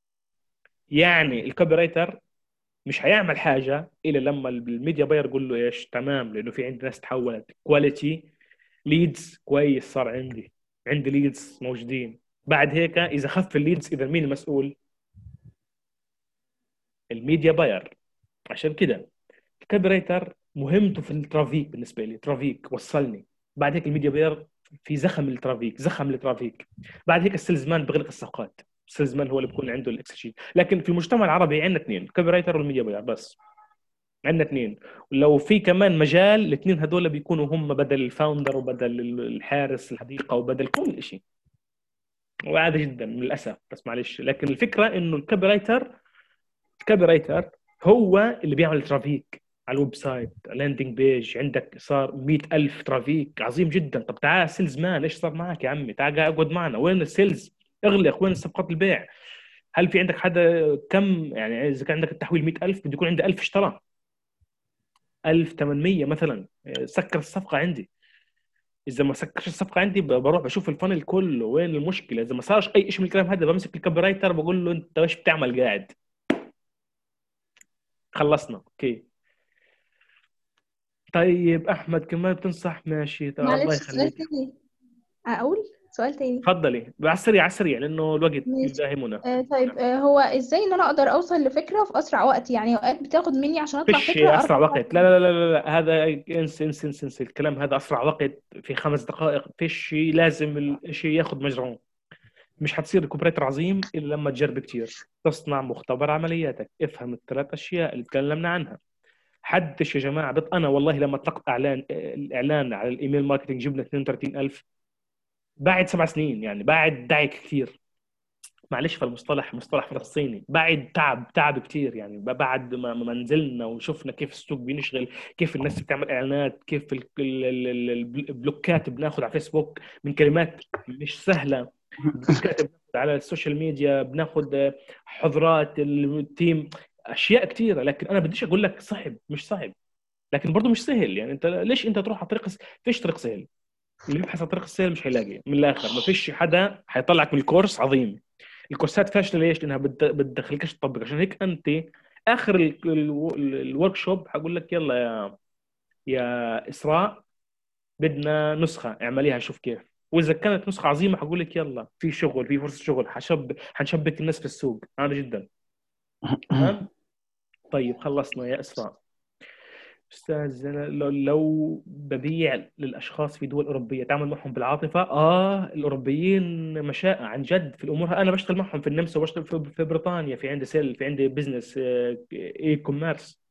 يعني الكوبي رايتر مش هيعمل حاجه الا لما الميديا باير يقول له ايش؟ تمام، لانه في عندي ناس تحولت كواليتي ليدز كويس، صار عندي عندي ليدز موجودين. بعد هيك اذا خف الليدز، اذا مين المسؤول؟ الميديا باير. عشان كده الكوبي رايتر مهمته في الترافيك. بالنسبه لي ترافيك وصلني، بعد هيك الميديا باير في زخم الترافيك، زخم الترافيك. بعد هيك السيلزمان بغلق الصفقات، السيلزمان هو اللي بيكون عنده الاكس شيء. لكن في المجتمع العربي عندنا اثنين، الكوبي رايتر والميديا باير بس، عندنا اثنين. ولو في كمان مجال، الاثنين هذول بيكونوا هم بدل الفاوندر وبدل الحارس الحديقه وبدل كل شيء، وعادي جدا للاسف، بس معلش. لكن الفكره انه الكوبي رايتر الكوبي رايتر هو اللي بيعمل ترافيك على الويب سايت، لاندنج بيج، عندك صار مئة ألف ترافيك، عظيم جدا. طب تعال سيلز مان، ايش صار معك يا عمي؟ تعال اقعد معنا، وين السيلز؟ اغلق، وين صفقات البيع؟ هل في عندك حدا؟ كم يعني اذا كان عندك التحويل مئة ألف بده يكون عنده ألف اشترى، ألف وثمانمئة مثلا، سكر الصفقه عندي. اذا ما سكرش الصفقه عندي بروح بشوف الفانل كله وين المشكله. اذا ما صارش اي شيء من الكلام هذا بمسك الكوبي رايتر بقول له انت ايش بتعمل قاعد. خلصنا اوكي. طيب احمد كمان بتنصح؟ ماشي طيب، الله معلش سؤال يخليك. تاني، اقول سؤال تاني. تفضلي على السريع، على السريع لانه الوقت ماشي. يداهمنا. آه طيب، آه هو ازاي ان انا اقدر اوصل لفكرة في اسرع وقت؟ يعني اوقات بتاخد مني عشان اطلع فيش فكرة اسرع اربع خمس وقت، لا لا لا لا, لا. هذا انس انس انس انس الكلام هذا اسرع وقت في خمس دقائق. فيش، لازم الشيء ياخذ مجراه. مش حتصير كوبريتر عظيم الا لما تجرب كثير. تصنع مختبر عملياتك، افهم الثلاث اشياء اللي تكلمنا عنها. حدش يا جماعه بط... انا والله لما اطلقت اعلان الاعلان على الايميل ماركتنج جبنا اثنين وثلاثين ألف بعد سبع سنين، يعني بعد دعك كثير. معلش في المصطلح، مصطلح فلسطيني، بعد تعب تعب كثير. يعني بعد ما ما نزلنا وشفنا كيف السوق بينشغل، كيف الناس بتعمل اعلانات، كيف ال- ال- ال- ال- البلوكات بناخذ على فيسبوك من كلمات مش سهله، بلوكات بناخذ على السوشيال ميديا، بناخذ حضرات التيم، اشياء كثيره. لكن انا بديش اقول لك صعب، مش صعب، لكن برضه مش سهل. يعني انت ليش انت تروح على طريق س- فيش طريق سهل. اللي بيبحث عن طريق السهل مش هيلاقي. من الاخر ما فيش حدا حيطلعك من الكورس عظيم. الكورسات فاشله ليش؟ لانها بت- بتدخلكش تطبق. عشان هيك انت اخر الورك شوب حقول لك يلا يا يا اسراء بدنا نسخه اعمليها شوف كيف. واذا كانت نسخه عظيمه حقول لك يلا في شغل، في فرصه شغل، حشب حنشبك الناس في السوق. هذا جدا تمام. طيب خلصنا يا اسراء. أستاذ، أنا لو لو ببيع للأشخاص في دول أوروبية تعامل معهم بالعاطفة؟ آه الأوروبيين مشاء عن جد في الأمور. أنا بشتغل معهم في النمسا وبشتغل في في بريطانيا، في عندي سيل، في عندي بزنس إي كوميرس.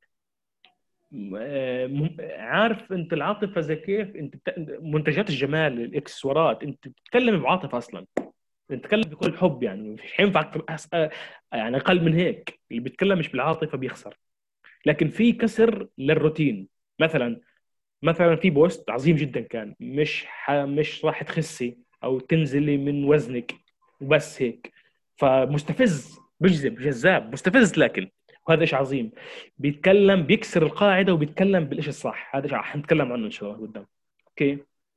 عارف أنت العاطفة زي كيف؟ أنت بت- منتجات الجمال، الإكسسوارات، أنت بتتكلم بعاطفة أصلا، بتتكلم بكل حب. يعني مش حينفعك في أس- يعني أقل من هيك. اللي بيتكلم مش بالعاطفة بيخسر. لكن في كسر للروتين. مثلا مثلا في بوست عظيم جدا كان، مش ح... مش راح تخسي او تنزلي من وزنك وبس هيك، فمستفز، بجذب، جذاب، مستفز. لكن وهذا شيء عظيم، بيتكلم، بيكسر القاعده وبيتكلم بالشيء الصح. هذا شيء حنتكلم عنه ان شاء الله قدام. اوكي.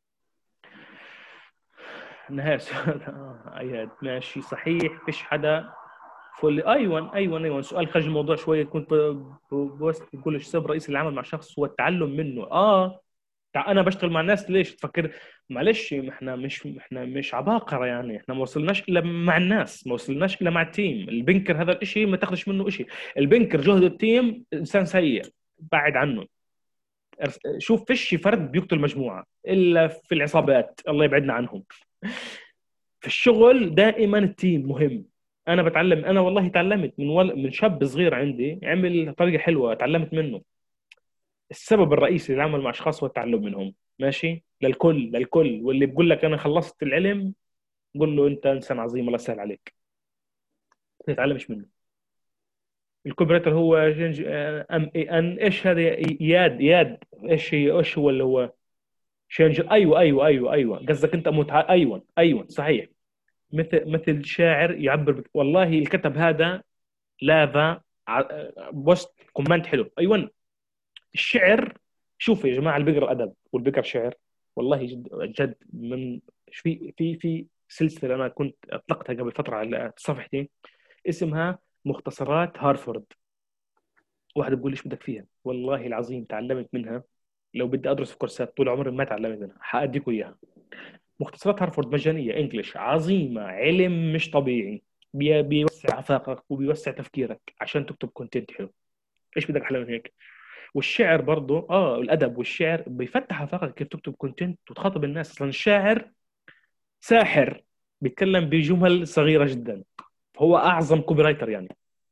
نهاية سؤال آه، اياد ماشي صحيح. فيش حدا فل ايوه ايوه ايوه سؤال خارج الموضوع شويه. كنت ب- ب- بوست بقول السبب رئيس العمل مع شخص هو التعلم منه. اه تع- انا بشتغل مع الناس ليش تفكر؟ معلش احنا مش احنا مش عباقرة. يعني احنا ما وصلناش الا مع الناس، ما وصلناش الا مع التيم. البنكر هذا الاشي ما تاخذش منه اشي. البنكر جهد التيم، انسان سيء بعد عنه. ارس- شوف فيش فرد بيقتل مجموعة الا في العصابات، الله يبعدنا عنهم. في الشغل دائما التيم مهم. انا بتعلم، انا والله تعلمت من ول... من شاب صغير عندي عمل طريقة حلوة تعلمت منه. السبب الرئيسي للعمل مع اشخاص هو التعلم منهم. ماشي، للكل للكل. واللي بيقول لك انا خلصت العلم قول له انت انسان عظيم الله يسهل عليك، ما تتعلمش منه. الكوبريتر هو جنج... ام اي ان ايش هذا؟ اياد اياد ايش هي؟ ايش هو اللي هو شنج؟ ايوه ايوه ايوه ايوه قصدك انت متع... ايوه ايوه صحيح. مثل مثل شاعر يعبر بك... والله الكتب هذا لافا ع... بوست كومنت حلو. ايوه الشعر. شوفوا يا جماعه، اللي بيقرا ادب واللي بيقرا شعر والله جد جد من في في في سلسله انا كنت اطلقتها قبل فتره على صفحتي اسمها مختصرات هارفورد. واحد بيقول ليش بدك فيها؟ والله العظيم تعلمت منها. لو بدي ادرس في كورسات طول عمري ما تعلمت منها، حاديكم اياها. مختصرات هارفورد مجانيه انجلش، عظيمه، علم مش طبيعي. بي- بيوسع افاقك وبيوسع تفكيرك عشان تكتب كونتنت حلو. ايش بدك احلى من هيك؟ والشعر برضه اه الادب والشعر بيفتح افاقك كيف تكتب كونتنت وتخاطب الناس. اصلا الشاعر ساحر، بيتكلم بجمل صغيره جدا، هو اعظم كوبي رايتر يعني.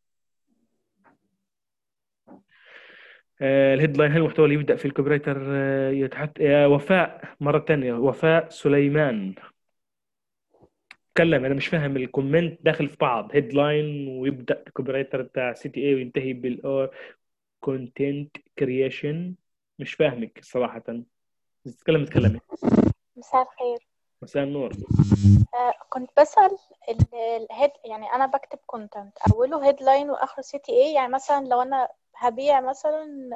آه الهيدلاين: هل المحتوى اللي يبدا في الكوبي رايتر آه يتحط يا وفاء مره ثانيه؟ وفاء سليمان تكلم. انا مش فاهم الكومنت داخل في بعض. هيدلاين ويبدا الكوبي رايتر بتاع سي تي اي وينتهي بال كونتنت كرييشن. مش فاهمك صراحه، تتكلم تكلمي. مساء الخير. مساء النور. آه كنت بسأل الهيد، يعني أنا بكتب كونتنت أوله هيدلاين وآخره سي تي اي، يعني مثلا لو أنا هبيع مثلا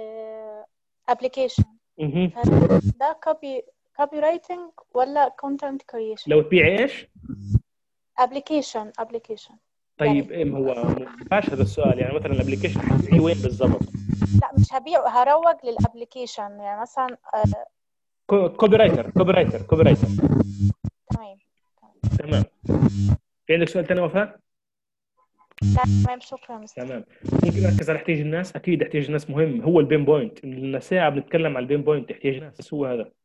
ابلكيشن مهم. ده كوبي كوبي رايتنج ولا كونتنت كرييشن؟ لو تبيع ايش؟ ابلكيشن ابلكيشن طيب إيه هو ما ينفعش هذا السؤال؟ يعني مثلا الابلكيشن حتبيعيه وين بالضبط؟ لا مش هبيع، هروج للابلكيشن يعني مثلا. آه كوبي رايتر كوبي رايتر كوبي رايتر تمام تمام. في عندك سؤال ثاني وفاء؟ لا تمام شكرا مستر. تمام. ممكن نركز على احتياج الناس. اكيد احتياج الناس مهم، هو البين بوينت. لنا ساعه بنتكلم على البين بوينت، احتياج الناس بس هو هذا.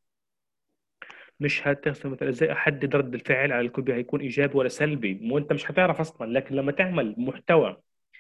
مش هتحصل مثلا ازاي احدد رد الفعل على الكوبي هيكون ايجابي ولا سلبي، مو انت مش هتعرف اصلا. لكن لما تعمل محتوى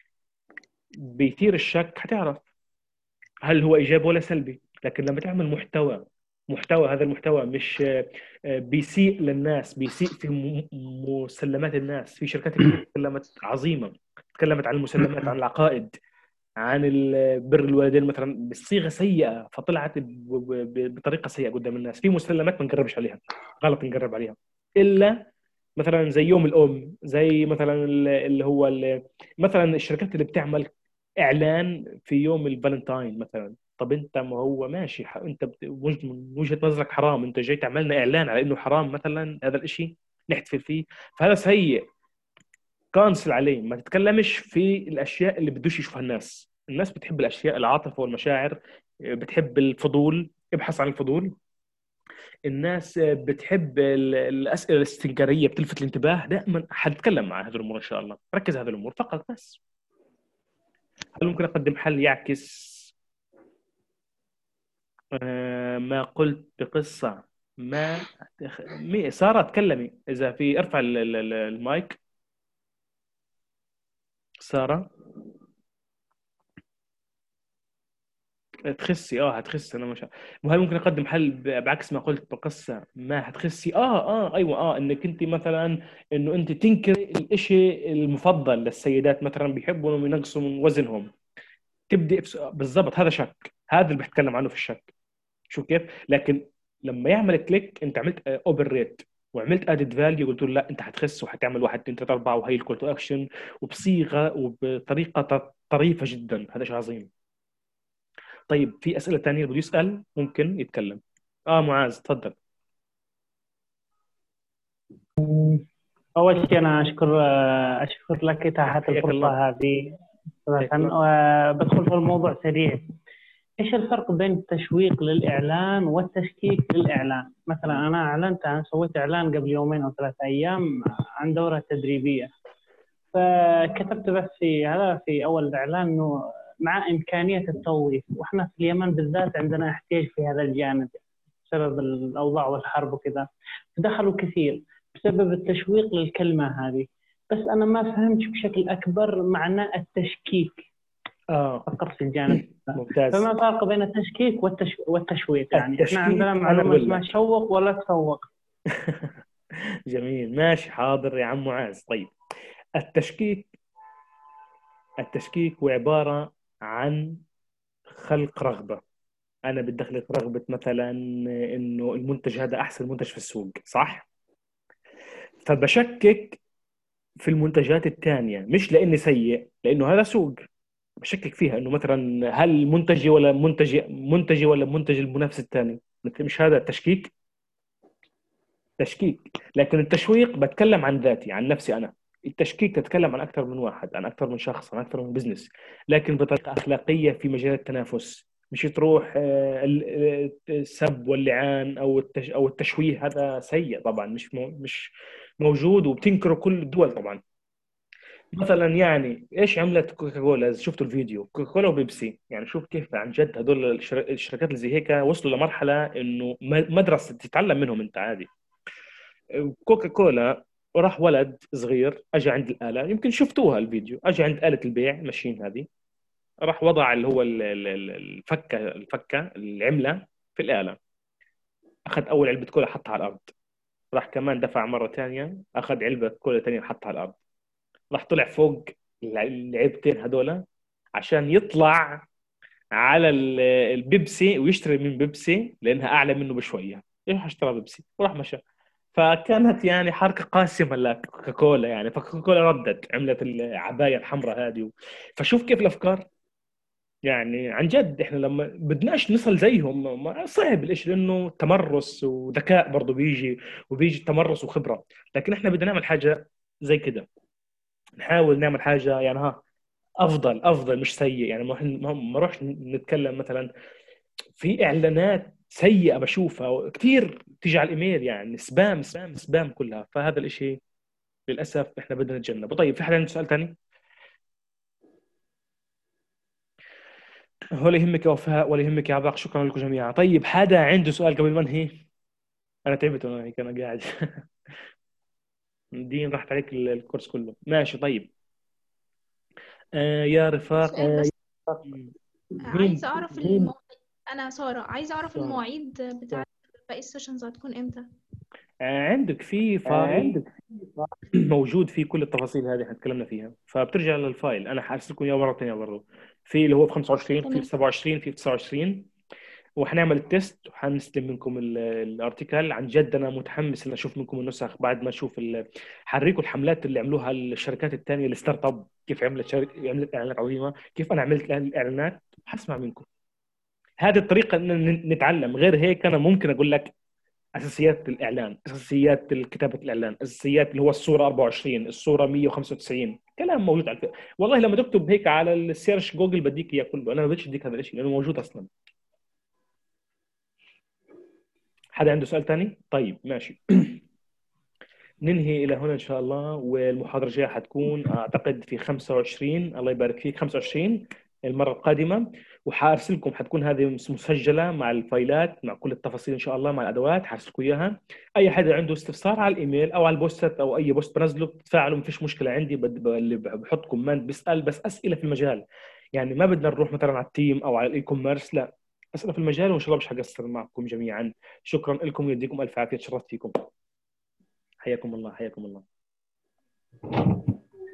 بيثير الشك هتعرف هل هو ايجابي ولا سلبي. لكن لما تعمل محتوى محتوى هذا المحتوى مش آه، آه، بيسيء للناس، بيسيء في م- مسلمات الناس. في شركات كثير تكلمت عظيمه، تكلمت عن المسلمات، عن العقائد، عن ال- بر الوالدين مثلا بصيغه سيئه، فطلعت ب- ب- بطريقه سيئه قدام الناس. في مسلمات ما نقربش عليها، غلط نقرب عليها، الا مثلا زي يوم الام، زي مثلا ال- اللي هو ال- مثلا الشركات اللي بتعمل اعلان في يوم الفالنتاين مثلا. طب انت ما هو ماشي، ح- انت بت- وج- من وجهة نظرك حرام، انت جاي تعملنا اعلان على انه حرام مثلا هذا الاشي نحتفل فيه، فهذا سيء. كانسل عليه، ما تتكلمش في الاشياء اللي بدوش يشوفها الناس. الناس بتحب الاشياء، العاطفه والمشاعر، بتحب الفضول، ابحث عن الفضول. الناس بتحب ال- الاسئله الاستنكاريه، بتلفت الانتباه. دائما حنتكلم عن هذه الامور ان شاء الله. ركز على هذه الامور فقط بس. هل ممكن اقدم حل يعكس آه، ما قلت بقصه ما مي- ساره تكلمي اذا في، ارفع ال- ال- ال- المايك ساره. تخسي اه هتخسي انا مش. وهل ممكن اقدم حل ب- بعكس ما قلت بقصه ما هتخسي؟ اه اه ايوه اه انك انت مثلا انه انت تنكري الاشي المفضل للسيدات، مثلا بيحبوا انهم ينقصوا من وزنهم. تبدي بس- بالضبط، هذا شك، هذا اللي بتكلم عنه في الشك. شوف كيف. لكن لما يعمل كليك انت عملت اوبن ريت وعملت ادد فاليو، قلت له لا انت هتخس وهتعمل واحد اثنين ثلاثه اربعه، وهي الكول تو اكشن وبصيغه وبطريقه ط- طريفه جدا. هذا شيء عظيم. طيب في اسئله ثانيه بده يسال ممكن يتكلم. اه معاذ تفضل. أول شيء أنا أشكر أشكر لك إتاحة حياك الله. الفرصة هذه. حياك الله. بدخل في الموضوع سريع. إيش الفرق بين التشويق للإعلان والتشكيك للإعلان؟ مثلا أنا أعلنت عن سويت إعلان قبل يومين أو ثلاثة أيام عن دورة تدريبية، فكتبت بس في هذا في أول الإعلان إنه مع إمكانية التوظيف، وإحنا في اليمن بالذات عندنا احتياج في هذا الجانب بسبب الأوضاع والحرب وكذا، فدخلوا كثير بسبب التشويق للكلمة هذه. بس أنا ما فهمت بشكل أكبر معنى التشكيك، اه فكرت في الجانب ده. ممتاز. فما الفرق بين التشكيك والتش... والتشويق؟ يعني التشكيك احنا عندنا أنا معلومة بقول اسمها لك. شوق ولا تسوق. جميل ماشي حاضر يا عم معاذ. طيب التشكيك التشكيك هو عباره عن خلق رغبه. انا بدي اخلق رغبه مثلا انه المنتج هذا احسن منتج في السوق، صح؟ فبشكك في المنتجات الثانيه، مش لاني سيء، لانه هذا سوق بشكك فيها. انه مثلا هل منتجي ولا منتجي منتجي ولا منتج المنافس الثاني. مش هذا التشكيك؟ تشكيك. لكن التشويق بتكلم عن ذاتي، عن نفسي انا. التشكيك تتكلم عن اكثر من واحد، عن اكثر من شخص، عن اكثر من بزنس، لكن بطريقه اخلاقيه في مجال التنافس. مش تروح آه، ال- آه، السب واللعان او التش او التشويه. هذا سيء طبعا، مش مو مش موجود وبتنكره كل الدول طبعا. مثلا يعني ايش عملت كوكاكولا؟ شفتوا الفيديو كوكاكولا وبيبسي، يعني شوف كيف عن جد هدول الشر- الشركات اللي زي هيك وصلوا لمرحله انه م- مدرسه تتعلم منهم انت عادي. كوكاكولا راح ولد صغير اجى عند الاله، يمكن شفتوها الفيديو، اجى عند آلة البيع ماشين هذه، راح وضع اللي هو ال- ال- ال- الفكه الفكه العمله في الآلة، اخذ اول علبه كولا حطها على الارض، راح كمان دفع مره ثانيه اخذ علبه كولا ثانيه حطها على الارض، راح طلع فوق الع- العلبتين هذولا عشان يطلع على ال- البيبسي ويشتري من بيبسي لانها اعلى منه بشويه، يروح اشترى بيبسي وراح مشى. فكانت يعني حركه قاسمه لكوكاكولا، يعني فكوكاكولا ردت عملت العبايه الحمراء هذه و... فشوف كيف الافكار. يعني عن جد احنا لما بدناش نصل زيهم ما- صعب الاشي، لانه تمرس وذكاء برضه بيجي، وبيجي تمرس وخبره، لكن احنا بدنا نعمل حاجه زي كده، نحاول نعمل حاجه يعني ها افضل افضل مش سيء. يعني ما ما ما نروحش نتكلم مثلا في اعلانات سيئه بشوفها كثير تيجي على الايميل، يعني سبام سبام سبام كلها، فهذا الاشي للاسف احنا بدنا نتجنبه. طيب في حدا عنده سؤال ثاني؟ ولا يهمك يا وفاء ولا يهمك يا عباق، شكرا لكم جميعا. طيب حدا عنده سؤال قبل ما انهي؟ انا تعبت وانا هيك انا قاعد دين راحت عليك ال- الكورس كله. ماشي طيب. آه يا رفاق. سؤال بس، مم. عايزة مين أعرف المواعيد. أنا سارة، عايزة أعرف سارة؟ المواعيد بتاعت باقي السيشنز هتكون إمتى؟ آه عندك في فايل موجود فيه كل التفاصيل هذه احنا تكلمنا فيها، فبترجع للفايل، انا حارس لكم اياه مره ثانيه برضه، في اللي هو في خمسة وعشرين، في تمام. سبعة وعشرين، في تسعة وعشرين، وحنعمل التيست وحنستلم منكم ال- الارتيكل. عن جد انا متحمس ان اشوف منكم النسخ بعد ما اشوف ال- حريكم الحملات اللي عملوها الشركات الثانيه الستارت اب، كيف عملت شركه عملت اعلانات عظيمه، كيف انا عملت الاعلانات، حسمع منكم. هذه الطريقه ان ن- نتعلم، غير هيك انا ممكن اقول لك اساسيات الاعلان، اساسيات كتابه الاعلان، اساسيات اللي هو الصوره أربعة وعشرين، الصوره مية وخمسة وتسعين، كلام موجود على الفيديو. والله لما تكتب هيك على السيرش جوجل بديك اياه كله، انا ما بديش اديك هذا الشيء لانه موجود اصلا. حدا عنده سؤال ثاني؟ طيب ماشي ننهي الى هنا ان شاء الله، والمحاضره الجايه حتكون اعتقد في خمسة وعشرين، الله يبارك فيك، خمسة وعشرين المره القادمه، وحارسلكم حتكون هذه مسجله مع الفايلات مع كل التفاصيل ان شاء الله مع الادوات، حارسلكم اياها. اي حدا عنده استفسار على الايميل او على البوستات او اي بوست بنزله بتفاعلوا، ما فيش مشكله عندي، بد- اللي بحط كومنت بيسال بس اسئله في المجال، يعني ما بدنا نروح مثلا على التيم او على الاي كوميرس، لا اسئله في المجال، وان شاء الله مش حقصر معكم جميعا. شكرا لكم ويديكم الف عافيه، تشرفت فيكم. حياكم الله حياكم الله.